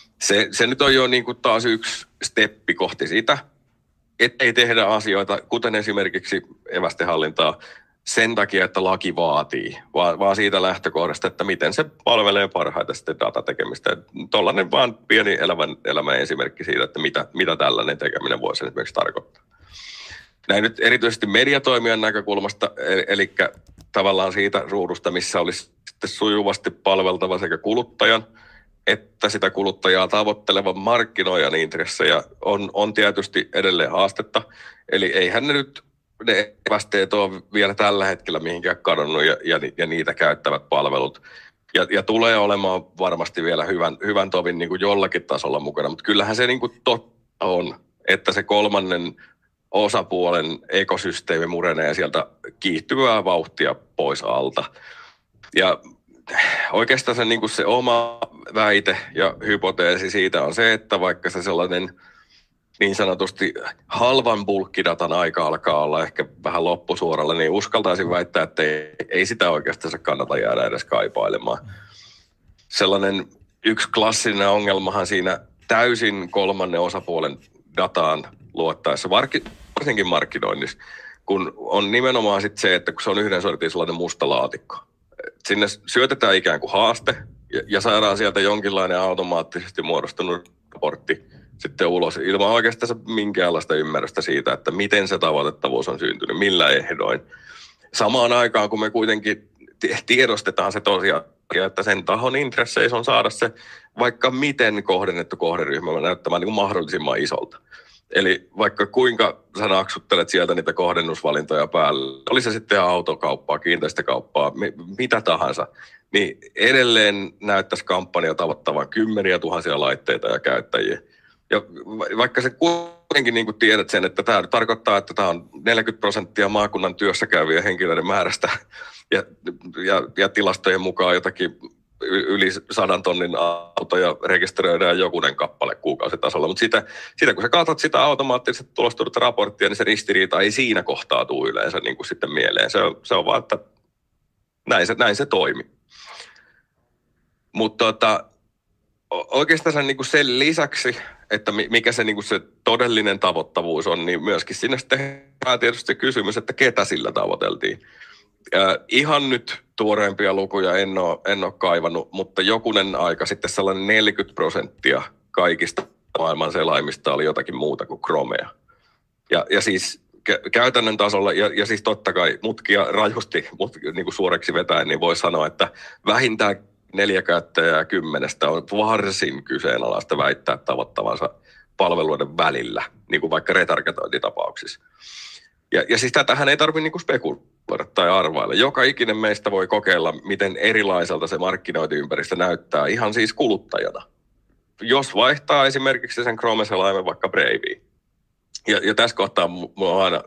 Se nyt on jo niin kuin taas yksi steppi kohti sitä, ettei tehdä asioita, kuten esimerkiksi evästehallintaa, sen takia, että laki vaatii, vaan siitä lähtökohdasta, että miten se palvelee parhaiten sitten datatekemistä. Tuollainen vaan pieni elämän esimerkki siitä, että mitä tällainen tekeminen voisi esimerkiksi tarkoittaa. Näin nyt erityisesti mediatoimijan näkökulmasta, eli tavallaan siitä ruudusta, missä olisi sitten sujuvasti palveltava sekä kuluttajan, että sitä kuluttajaa tavoittelevan markkinoijan intressejä on tietysti edelleen haastetta. Eli eihän ne evästeet ole vielä tällä hetkellä mihinkään kadonnut ja niitä käyttävät palvelut. Ja tulee olemaan varmasti vielä hyvän tovin niin kuin jollakin tasolla mukana, mutta kyllähän se niin kuin totta on, että se kolmannen osapuolen ekosysteemi murenee sieltä kiihtyvää vauhtia pois alta. Ja oikeastaan se, niin kuin se oma väite ja hypoteesi siitä on se, että vaikka se sellainen niin sanotusti halvan bulkkidatan aika alkaa olla ehkä vähän loppusuoralla, niin uskaltaisin väittää, että ei sitä oikeastaan kannata jäädä edes kaipailemaan. Sellainen yksi klassinen ongelmahan siinä täysin kolmannen osapuolen dataan luottaessa, varsinkin markkinoinnissa, kun on nimenomaan sit se, että kun se on yhden sortin sellainen musta laatikko. Sinne syötetään ikään kuin haaste ja saadaan sieltä jonkinlainen automaattisesti muodostunut raportti sitten ulos ilman oikeastaan minkäänlaista ymmärrystä siitä, että miten se tavoitettavuus on syntynyt, millä ehdoin. Samaan aikaan, kun me kuitenkin tiedostetaan se tosiaan, että sen tahon intresseissä on saada se vaikka miten kohdennettu kohderyhmä näyttämään niin kuin mahdollisimman isolta. Eli vaikka kuinka sä naksuttelet sieltä niitä kohdennusvalintoja päälle, oli se sitten autokauppaa, kiinteistökauppaa, mitä tahansa, niin edelleen näyttäisi kampanja tavoittavan kymmeniä tuhansia laitteita ja käyttäjiä. Ja vaikka se kuitenkin niin kuin tiedät sen, että tämä tarkoittaa, että tämä on 40% maakunnan työssä käyviä henkilöiden määrästä ja tilastojen mukaan jotakin yli 100 tonnin autoja rekisteröidään jokunen kappale kuukausitasolla. Mutta sitä kun sä katsot sitä automaattisesti tulostunutta raporttia, niin se ristiriita ei siinä kohtaa tule yleensä niin kuin sitten mieleen. Se on vaan, että näin se toimi. Mutta oikeastaan niin kuin sen lisäksi, että mikä se, niin kuin se todellinen tavoittavuus on, niin myöskin sinne sitten herää tietysti se kysymys, että ketä sillä tavoiteltiin. Ihan nyt tuoreempia lukuja en ole kaivannut, mutta jokunen aika sitten sellainen 40% kaikista maailman selaimista oli jotakin muuta kuin Chromea. Ja siis käytännön tasolla, ja siis totta kai mutkia rajusti niin kuin suoreksi vetäen, niin voi sanoa, että vähintään 4 käyttäjää 10 on varsin kyseenalaista väittää tavoittavansa palveluiden välillä, niin kuin vaikka retargetointitapauksissa. Ja siis tätähän ei tarvitse niinku spekuloida tai arvailla. Joka ikinen meistä voi kokeilla, miten erilaiselta se markkinointiympäristö näyttää ihan siis kuluttajana. Jos vaihtaa esimerkiksi sen Chrome-selaimen vaikka Braveen. Ja tässä kohtaa mulla on aina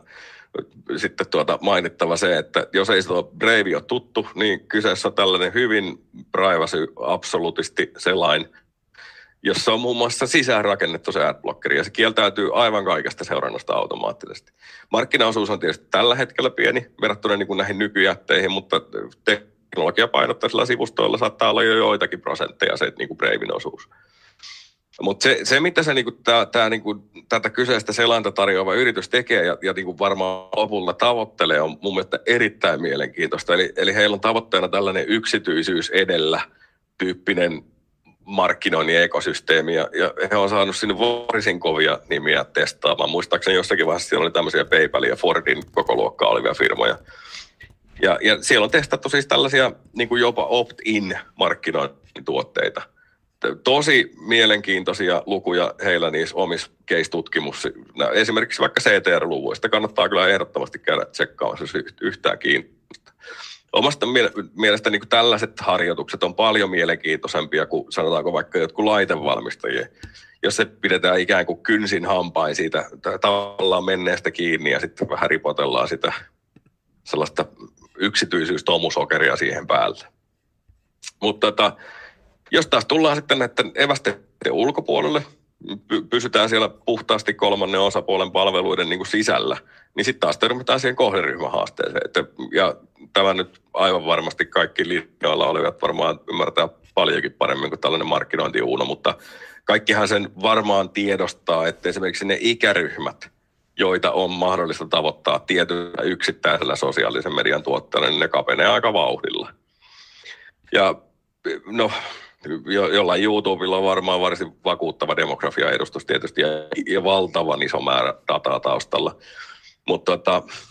sitten mainittava se, että jos ei se Brave ole tuttu, niin kyseessä on tällainen hyvin privacy-absolutisti selain, jossa on muun muassa sisäänrakennettu se adblockeri, ja se kieltäytyy aivan kaikesta seurannasta automaattisesti. Markkinaosuus on tietysti tällä hetkellä pieni verrattuna niin kuin näihin nykyjätteihin, mutta teknologiapainotteisilla sivustoilla saattaa olla jo joitakin prosentteja se niin kuin Braven osuus. Mutta se, mitä se niinku, niinku, tätä kyseistä selainta tarjoava yritys tekee ja niinku varmaan lopulla tavoittelee, on mun mielestä erittäin mielenkiintoista. Eli heillä on tavoitteena tällainen yksityisyys edellä tyyppinen markkinoinnin ekosysteemi, ja he on saanut sinne varsin kovia nimiä testaamaan. Muistaakseni jossakin vaiheessa siellä oli tämmöisiä PayPal ja Fordin koko luokkaa olevia firmoja. Ja siellä on testattu siis tällaisia niin kuin jopa opt-in markkinoinnin tuotteita. Tosi mielenkiintoisia lukuja heillä niissä omissa case-tutkimuksissa. Esimerkiksi vaikka CTR-luvuista kannattaa kyllä ehdottomasti käydä tsekkaamassa, jos yhtään kiinnostaa. Omasta mielestäni niin tällaiset harjoitukset on paljon mielenkiintoisempia kuin sanotaanko vaikka jotkut laitevalmistajien, jos se pidetään ikään kuin kynsin hampain siitä tavallaan menneestä kiinni ja sitten vähän ripotellaan sitä sellaista yksityisyystomusokeria siihen päälle. Mutta jos taas tullaan sitten näiden evästeiden ulkopuolelle, pysytään siellä puhtaasti kolmannen osapuolen palveluiden niin kuin sisällä, niin sitten taas törmätään siihen kohderyhmähaasteeseen. Ja tämä nyt aivan varmasti kaikki linjoilla olevat varmaan ymmärtää paljonkin paremmin kuin tällainen markkinointiuuno, mutta kaikkihan sen varmaan tiedostaa, että esimerkiksi ne ikäryhmät, joita on mahdollista tavoittaa tietyllä yksittäisellä sosiaalisen median tuotteella, niin ne kapenee aika vauhdilla. Ja no, jollain YouTubella on varmaan varsin vakuuttava demografia-edustus tietysti ja valtavan iso määrä dataa taustalla. Mutta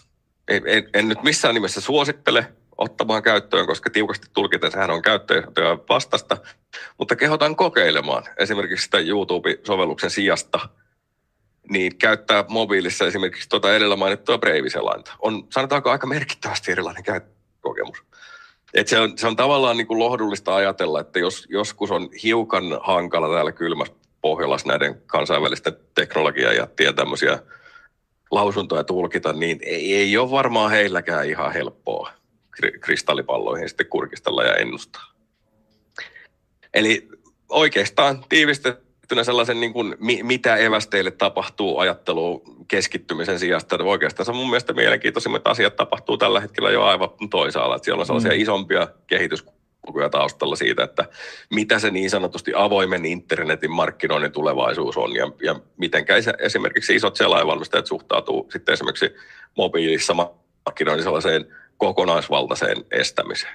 en nyt missään nimessä suosittele ottamaan käyttöön, koska tiukasti tulkiten sehän on käyttöön vastasta, mutta kehotan kokeilemaan esimerkiksi sitä YouTube-sovelluksen sijasta, niin käyttää mobiilissa esimerkiksi edellä mainittua Brave-selainta. On sanotaanko aika merkittävästi erilainen käyttökokemus. Et se on tavallaan niin kuin lohdullista ajatella, että jos joskus on hiukan hankala täällä kylmässä Pohjolassa näiden kansainvälisten teknologiajättien tämmöisiä lausuntoja tulkita, niin ei ole varmaan heilläkään ihan helppoa kristallipalloihin sitten kurkistella ja ennustaa. Eli oikeastaan tiivistettynä sellaisen niin kuin, mitä evästeille tapahtuu ajatteluun keskittymisen sijasta, että oikeastaan se on mun mielestä mielenkiintoisimmat asiat tapahtuu tällä hetkellä jo aivan toisaalla. Että siellä on sellaisia isompia kehityskulkuja taustalla siitä, että mitä se niin sanotusti avoimen internetin markkinoinnin tulevaisuus on ja mitenkä esimerkiksi isot selainvalmistajat suhtautuu sitten esimerkiksi mobiilissa markkinoinnin sellaiseen kokonaisvaltaiseen estämiseen.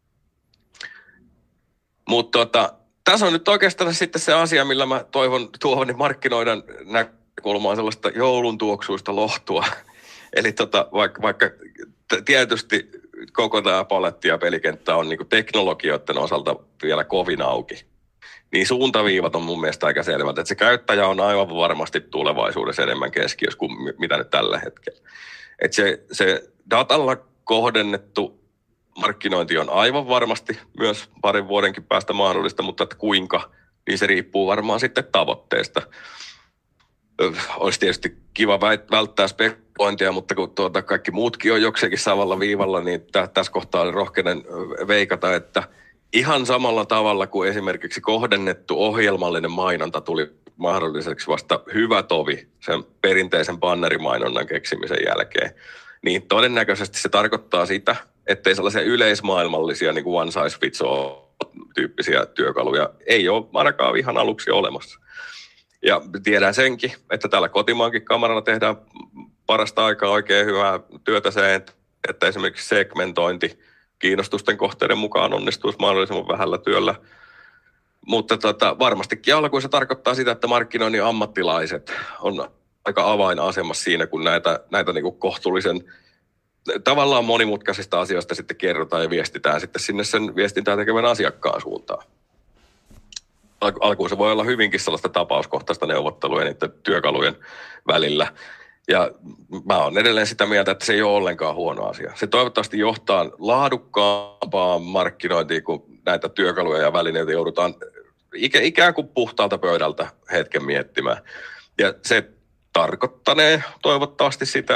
Mutta tässä on nyt oikeastaan sitten se asia, millä mä toivon tuohon markkinoidan näkökulmaan sellaista joulun tuoksuista lohtua. Eli vaikka tietysti koko tämä paletti ja pelikenttä on niin teknologioiden osalta vielä kovin auki, niin suuntaviivat on mun mielestä aika selvät, että se käyttäjä on aivan varmasti tulevaisuudessa enemmän keskiössä kuin mitä nyt tällä hetkellä. Että se datalla kohdennettu markkinointi on aivan varmasti myös parin vuodenkin päästä mahdollista, mutta että kuinka, niin se riippuu varmaan sitten tavoitteesta. Olisi tietysti kiva välttää spekulointia, mutta kun kaikki muutkin on jokseenkin samalla viivalla, niin tässä kohtaa rohkeinen veikata, että ihan samalla tavalla kuin esimerkiksi kohdennettu ohjelmallinen mainonta tuli mahdolliseksi vasta hyvä tovi sen perinteisen bannerimainonnan keksimisen jälkeen, niin todennäköisesti se tarkoittaa sitä, ettei sellaisia yleismaailmallisia niin kuin one size fits all -tyyppisiä työkaluja ei ole ainakaan ihan aluksi olemassa. Ja tiedän senkin, että täällä kotimaankin kamaralla tehdään parasta aikaa oikein hyvää työtä se, että esimerkiksi segmentointi kiinnostusten kohteiden mukaan onnistuisi mahdollisimman vähällä työllä. Mutta varmastikin alkuun se tarkoittaa sitä, että markkinoinnin ammattilaiset on aika avainasemassa siinä, kun näitä niin kuin kohtuullisen tavallaan monimutkaisista asioista sitten kerrotaan ja viestitään sitten sinne sen viestintää tekevän asiakkaan suuntaan. Alkuun se voi olla hyvinkin sellaista tapauskohtaista neuvottelua niiden työkalujen välillä. Ja mä oon edelleen sitä mieltä, että se ei ole ollenkaan huono asia. Se toivottavasti johtaa laadukkaampaan markkinointiin, kun näitä työkaluja ja välineitä joudutaan ikään kuin puhtaalta pöydältä hetken miettimään. Ja se tarkoittanee toivottavasti sitä, että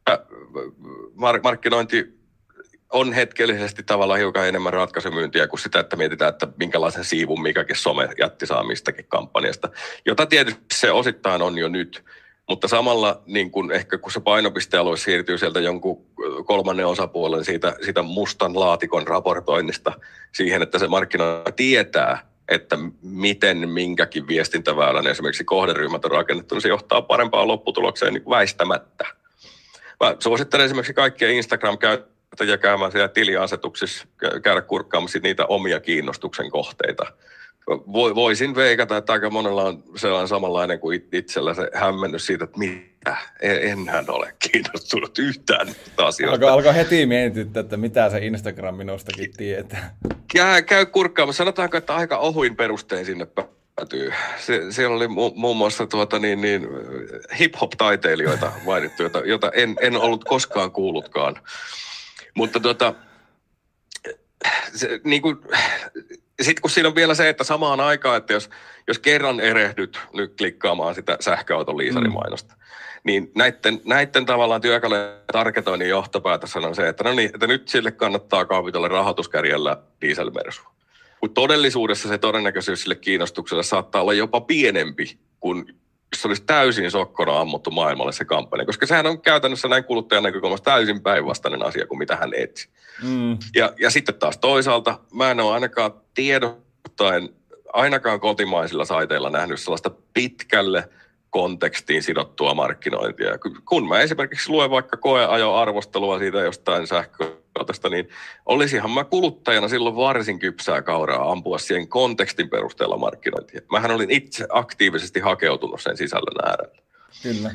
markkinointi on hetkellisesti tavallaan hiukan enemmän ratkaisumyyntiä kuin sitä, että mietitään, että minkälaisen siivun mikäkin somejätti saa mistäkin kampanjasta, jota tietysti se osittain on jo nyt. Mutta samalla niin kun ehkä kun se painopistealue siirtyy sieltä jonkun kolmannen osapuolen siitä mustan laatikon raportoinnista siihen, että se markkinoija tietää, että miten minkäkin viestintäväylän esimerkiksi kohderyhmät on rakennettu, niin se johtaa parempaan lopputulokseen niin kuin väistämättä. Mä suosittelen esimerkiksi kaikkia Instagram-käyttäjiä käymään siellä tiliasetuksissa, käydä kurkkaamassa niitä omia kiinnostuksen kohteita. Voisin veikata, että aika monella on sellainen samanlainen kuin itsellä se hämmennys siitä, että mitä, enhän ole kiinnostunut yhtään asioista. Alkaa heti mietityttää, että mitä se Instagram minustakin tietää. Käy kurkkaamassa. Sanotaanko, että aika ohuin perustein sinne päätyy. Siellä oli muun muassa hip-hop-taiteilijoita mainittu, jota en ollut koskaan kuullutkaan. Mutta niin kuin... Sitten kun siinä on vielä se, että samaan aikaan, että jos kerran erehdyt nyt klikkaamaan sitä sähköauton liisarimainosta, niin näiden tavallaan työkalujen targetoinnin johtopäätös on se, että no niin, että nyt sille kannattaa kaupitella rahoituskärjellä dieselmersua. Kun todellisuudessa se todennäköisyys sille kiinnostukselle saattaa olla jopa pienempi kuin jos olisi täysin sokkona ammuttu maailmalle se kampanja, koska sehän on käytännössä näin kuluttajan näkökulmasta täysin päinvastainen asia kuin mitä hän etsi. Ja sitten taas toisaalta mä en ole ainakaan tiedottaen, ainakaan kotimaisilla saiteilla nähnyt sellaista pitkälle kontekstiin sidottua markkinointia. Kun mä esimerkiksi luen vaikka koeajo-arvostelua siitä jostain sähköautosta, niin olisihan mä kuluttajana silloin varsin kypsää kauraa ampua siihen kontekstin perusteella markkinointia. Mähän olin itse aktiivisesti hakeutunut sen sisällön äärelle. Kyllä.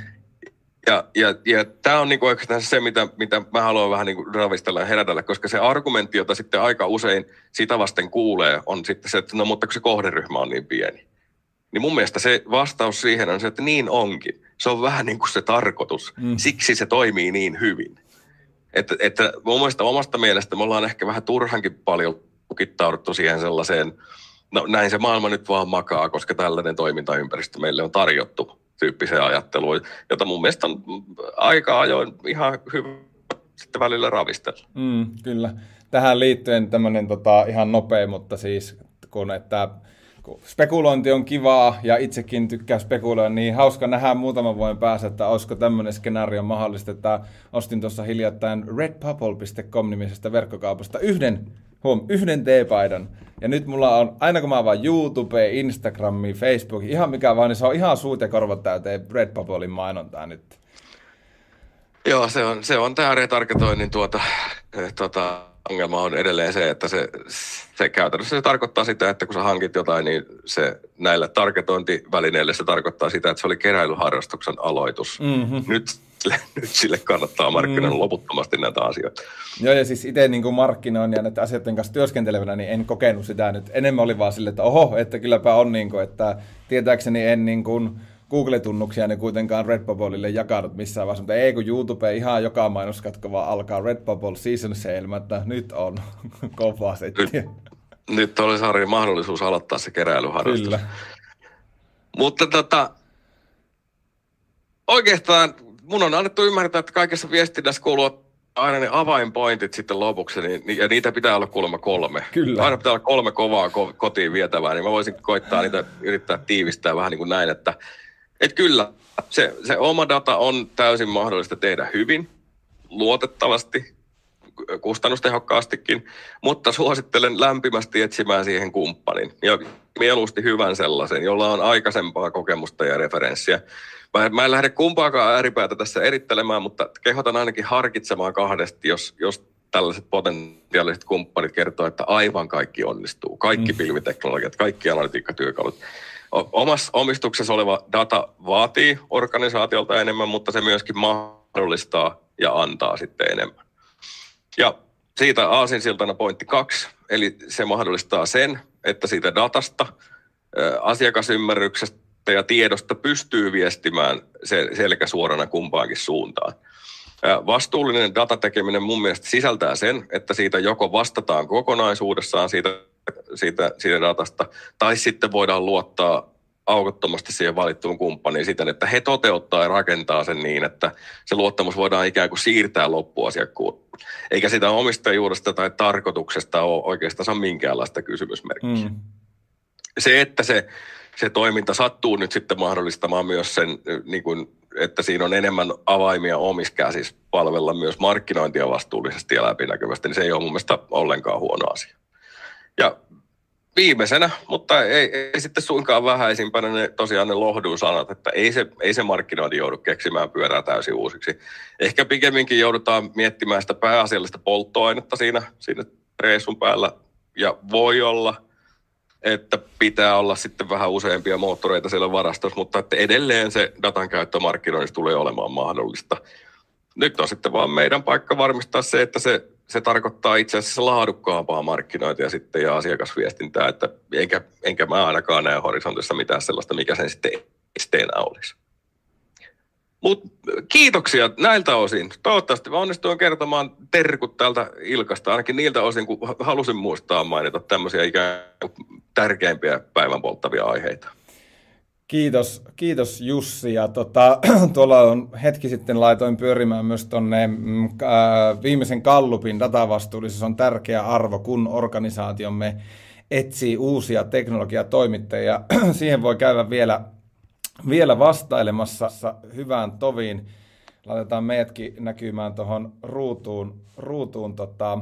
Ja tämä on niinku oikeastaan se, mitä mä haluan vähän niinku ravistella ja herätellä, koska se argumentti, jota sitten aika usein sitä vasten kuulee, on sitten se, että no mutta kun se kohderyhmä on niin pieni. Niin mun mielestä se vastaus siihen on se, että niin onkin. Se on vähän niin kuin se tarkoitus. Siksi se toimii niin hyvin. Että mun mielestä omasta mielestä me ollaan ehkä vähän turhankin paljon tukittauduttu siihen sellaiseen, no näin se maailma nyt vaan makaa, koska tällainen toimintaympäristö meille on tarjottu tyyppiseen ajatteluun, jota mun mielestä on aika ajoin ihan hyvä sitten välillä ravistella. Kyllä. Tähän liittyen tämmöinen ihan nopea, mutta siis kun spekulointi on kivaa ja itsekin tykkää spekuloida, niin hauska nähdä muutaman vuoden päässä, että olisiko tämmöinen skenaario mahdollista, että ostin tuossa hiljattain redbubble.com-nimisestä verkkokaupasta yhden teepaidan. Ja nyt mulla on, aina kun mä avaan YouTube, Instagrami, Facebook, ihan mikä vaan, niin se on ihan suut ja korvat täyteen Redbubblein mainontaa nyt. Joo, se on tämä retargetoinnin ongelma on edelleen se, että se käytännössä se tarkoittaa sitä, että kun sä hankit jotain, niin se näillä targetointivälineillä se tarkoittaa sitä, että se oli keräilyharrastuksen aloitus. Nyt sille kannattaa markkinoida loputtomasti näitä asioita. Joo, ja siis itse niin markkinoin ja näiden asioiden kanssa työskentelevänä, niin en kokenut sitä nyt. Enemmän oli vaan silleen, että oho, että kylläpä on niin kuin, että tietääkseni en niin kuin Google-tunnuksia ne kuitenkaan Redbubblelle jakanut missään vaiheessa, mutta ei kun YouTube ihan joka mainoskatko vaan alkaa Redbubble Season Sale, että nyt on kovaa settiä. Nyt olisi Harri mahdollisuus aloittaa se keräilyharrastus. Kyllä. Mutta oikeastaan mun on annettu ymmärtää, että kaikessa viestinnässä kuuluu aina ne avainpointit sitten lopuksi, ja niitä pitää olla kuulemma 3. Kyllä. Aina pitää olla 3 kovaa kotiin vietävää, niin mä voisin koittaa niitä yrittää tiivistää vähän niin kuin näin, että kyllä, se oma data on täysin mahdollista tehdä hyvin, luotettavasti, kustannustehokkaastikin, mutta suosittelen lämpimästi etsimään siihen kumppanin ja mieluusti hyvän sellaisen, jolla on aikaisempaa kokemusta ja referenssiä. Mä en lähde kumpaakaan ääripäätä tässä erittelemään, mutta kehotan ainakin harkitsemaan kahdesti, jos tällaiset potentiaaliset kumppanit kertoo, että aivan kaikki onnistuu. Kaikki pilviteknologiat, kaikki analytiikkatyökalut. Omassa omistuksessa oleva data vaatii organisaatiolta enemmän, mutta se myöskin mahdollistaa ja antaa sitten enemmän. Ja siitä aasinsiltana pointti 2, eli se mahdollistaa sen, että siitä datasta, asiakasymmärryksestä ja tiedosta pystyy viestimään selkäsuorana kumpaankin suuntaan. Vastuullinen datatekeminen mun mielestä sisältää sen, että siitä joko vastataan kokonaisuudessaan siitä datasta, tai sitten voidaan luottaa aukottomasti siihen valittuun kumppaniin siten, että he toteuttaa ja rakentaa sen niin, että se luottamus voidaan ikään kuin siirtää loppuasiakkuuteen. Eikä sitä omistajuudesta tai tarkoituksesta ole oikeastaan minkäänlaista kysymysmerkkiä. Se, että se toiminta sattuu nyt sitten mahdollistamaan myös sen, niin kuin, että siinä on enemmän avaimia omissa käsissä palvella myös markkinointia vastuullisesti ja läpinäkyvästi, niin se ei ole mun mielestä ollenkaan huono asia. Ja viimeisenä, mutta ei sitten suinkaan vähäisimpänä tosiaan ne lohdun sanat, että ei se markkinointi joudu keksimään pyörää täysin uusiksi. Ehkä pikemminkin joudutaan miettimään sitä pääasiallista polttoainetta siinä reissun päällä ja voi olla, että pitää olla sitten vähän useampia moottoreita siellä varastossa, mutta että edelleen se datan käyttö markkinoinnissa tulee olemaan mahdollista. Nyt on sitten vaan meidän paikka varmistaa se, että se tarkoittaa itse asiassa laadukkaampaa markkinointia sitten ja asiakasviestintää, että enkä mä ainakaan näe horisontissa mitään sellaista, mikä sen sitten esteenä olisi. Mutta kiitoksia näiltä osin. Toivottavasti mä onnistuin kertomaan terkut täältä Ilkasta, ainakin niiltä osin, kun halusin muistaa mainita tämmöisiä ikään kuin tärkeimpiä päivän polttavia aiheita. Kiitos Jussi. Ja tuolla on hetki sitten laitoin pyörimään myös tuonne viimeisen Gallupin datavastuullisuus on tärkeä arvo, kun organisaatiomme etsii uusia teknologiatoimittajia. Siihen voi käydä vielä vastailemassa hyvään toviin. Laitetaan meidätkin näkymään tuohon ruutuun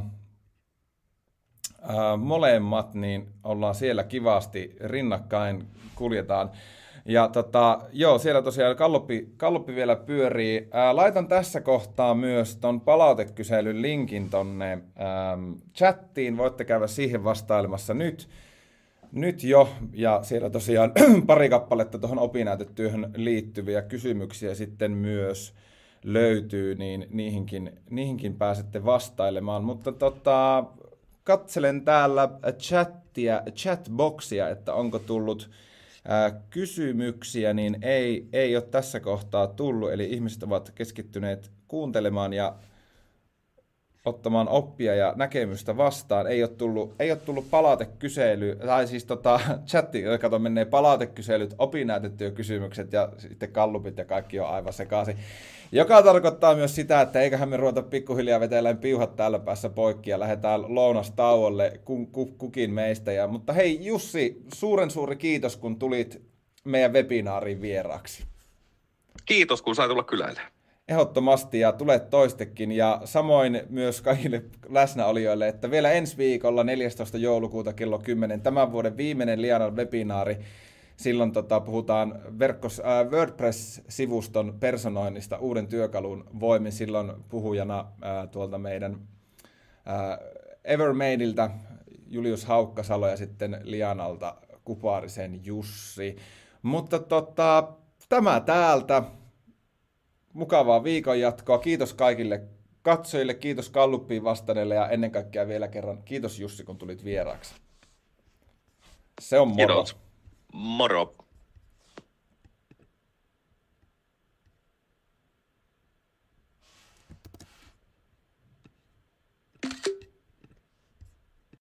molemmat, niin ollaan siellä kivasti rinnakkain kuljetaan. Ja siellä tosiaan Galluppi vielä pyörii. Laitan tässä kohtaa myös ton palautekyselyn linkin tonne chattiin. Voitte käydä siihen vastailemassa nyt jo. Ja siellä tosiaan pari kappaletta tuohon opinnäytetyöhön liittyviä kysymyksiä sitten myös löytyy, niin niihinkin pääsette vastailemaan. Mutta katselen täällä chatboxia, että onko tullut kysymyksiä, niin ei ole tässä kohtaa tullut, eli ihmiset ovat keskittyneet kuuntelemaan ja ottamaan oppia ja näkemystä vastaan. Ei ole tullut palautekysely, tai siis chatti, kato, menee palautekyselyt, opinnäytetyökysymykset ja sitten gallupit ja kaikki on aivan sekaisin. Joka tarkoittaa myös sitä, että eiköhän me ruveta pikkuhiljaa vetelemään piuhat täällä päässä poikki ja lähdetään lounastauolle kukin meistä. Mutta hei Jussi, suuren suuri kiitos, kun tulit meidän webinaariin vieraaksi. Kiitos, kun sai tulla kyläille. Ehdottomasti ja tulet toistekin ja samoin myös kaikille läsnäolijoille, että vielä ensi viikolla 14. joulukuuta kello 10 tämän vuoden viimeinen Lianan webinaari. Silloin puhutaan WordPress-sivuston personoinnista uuden työkalun voimin. Silloin puhujana tuolta meidän Evermadeiltä Julius Haukkasalo ja sitten Lianalta Kuparisen Jussi. Mutta tämä täältä. Mukavaa viikon jatkoa. Kiitos kaikille katsojille, kiitos Galluppiin vastanneille ja ennen kaikkea vielä kerran kiitos Jussi, kun tulit vieraaksi. Se on moro. Kiitos. Moro.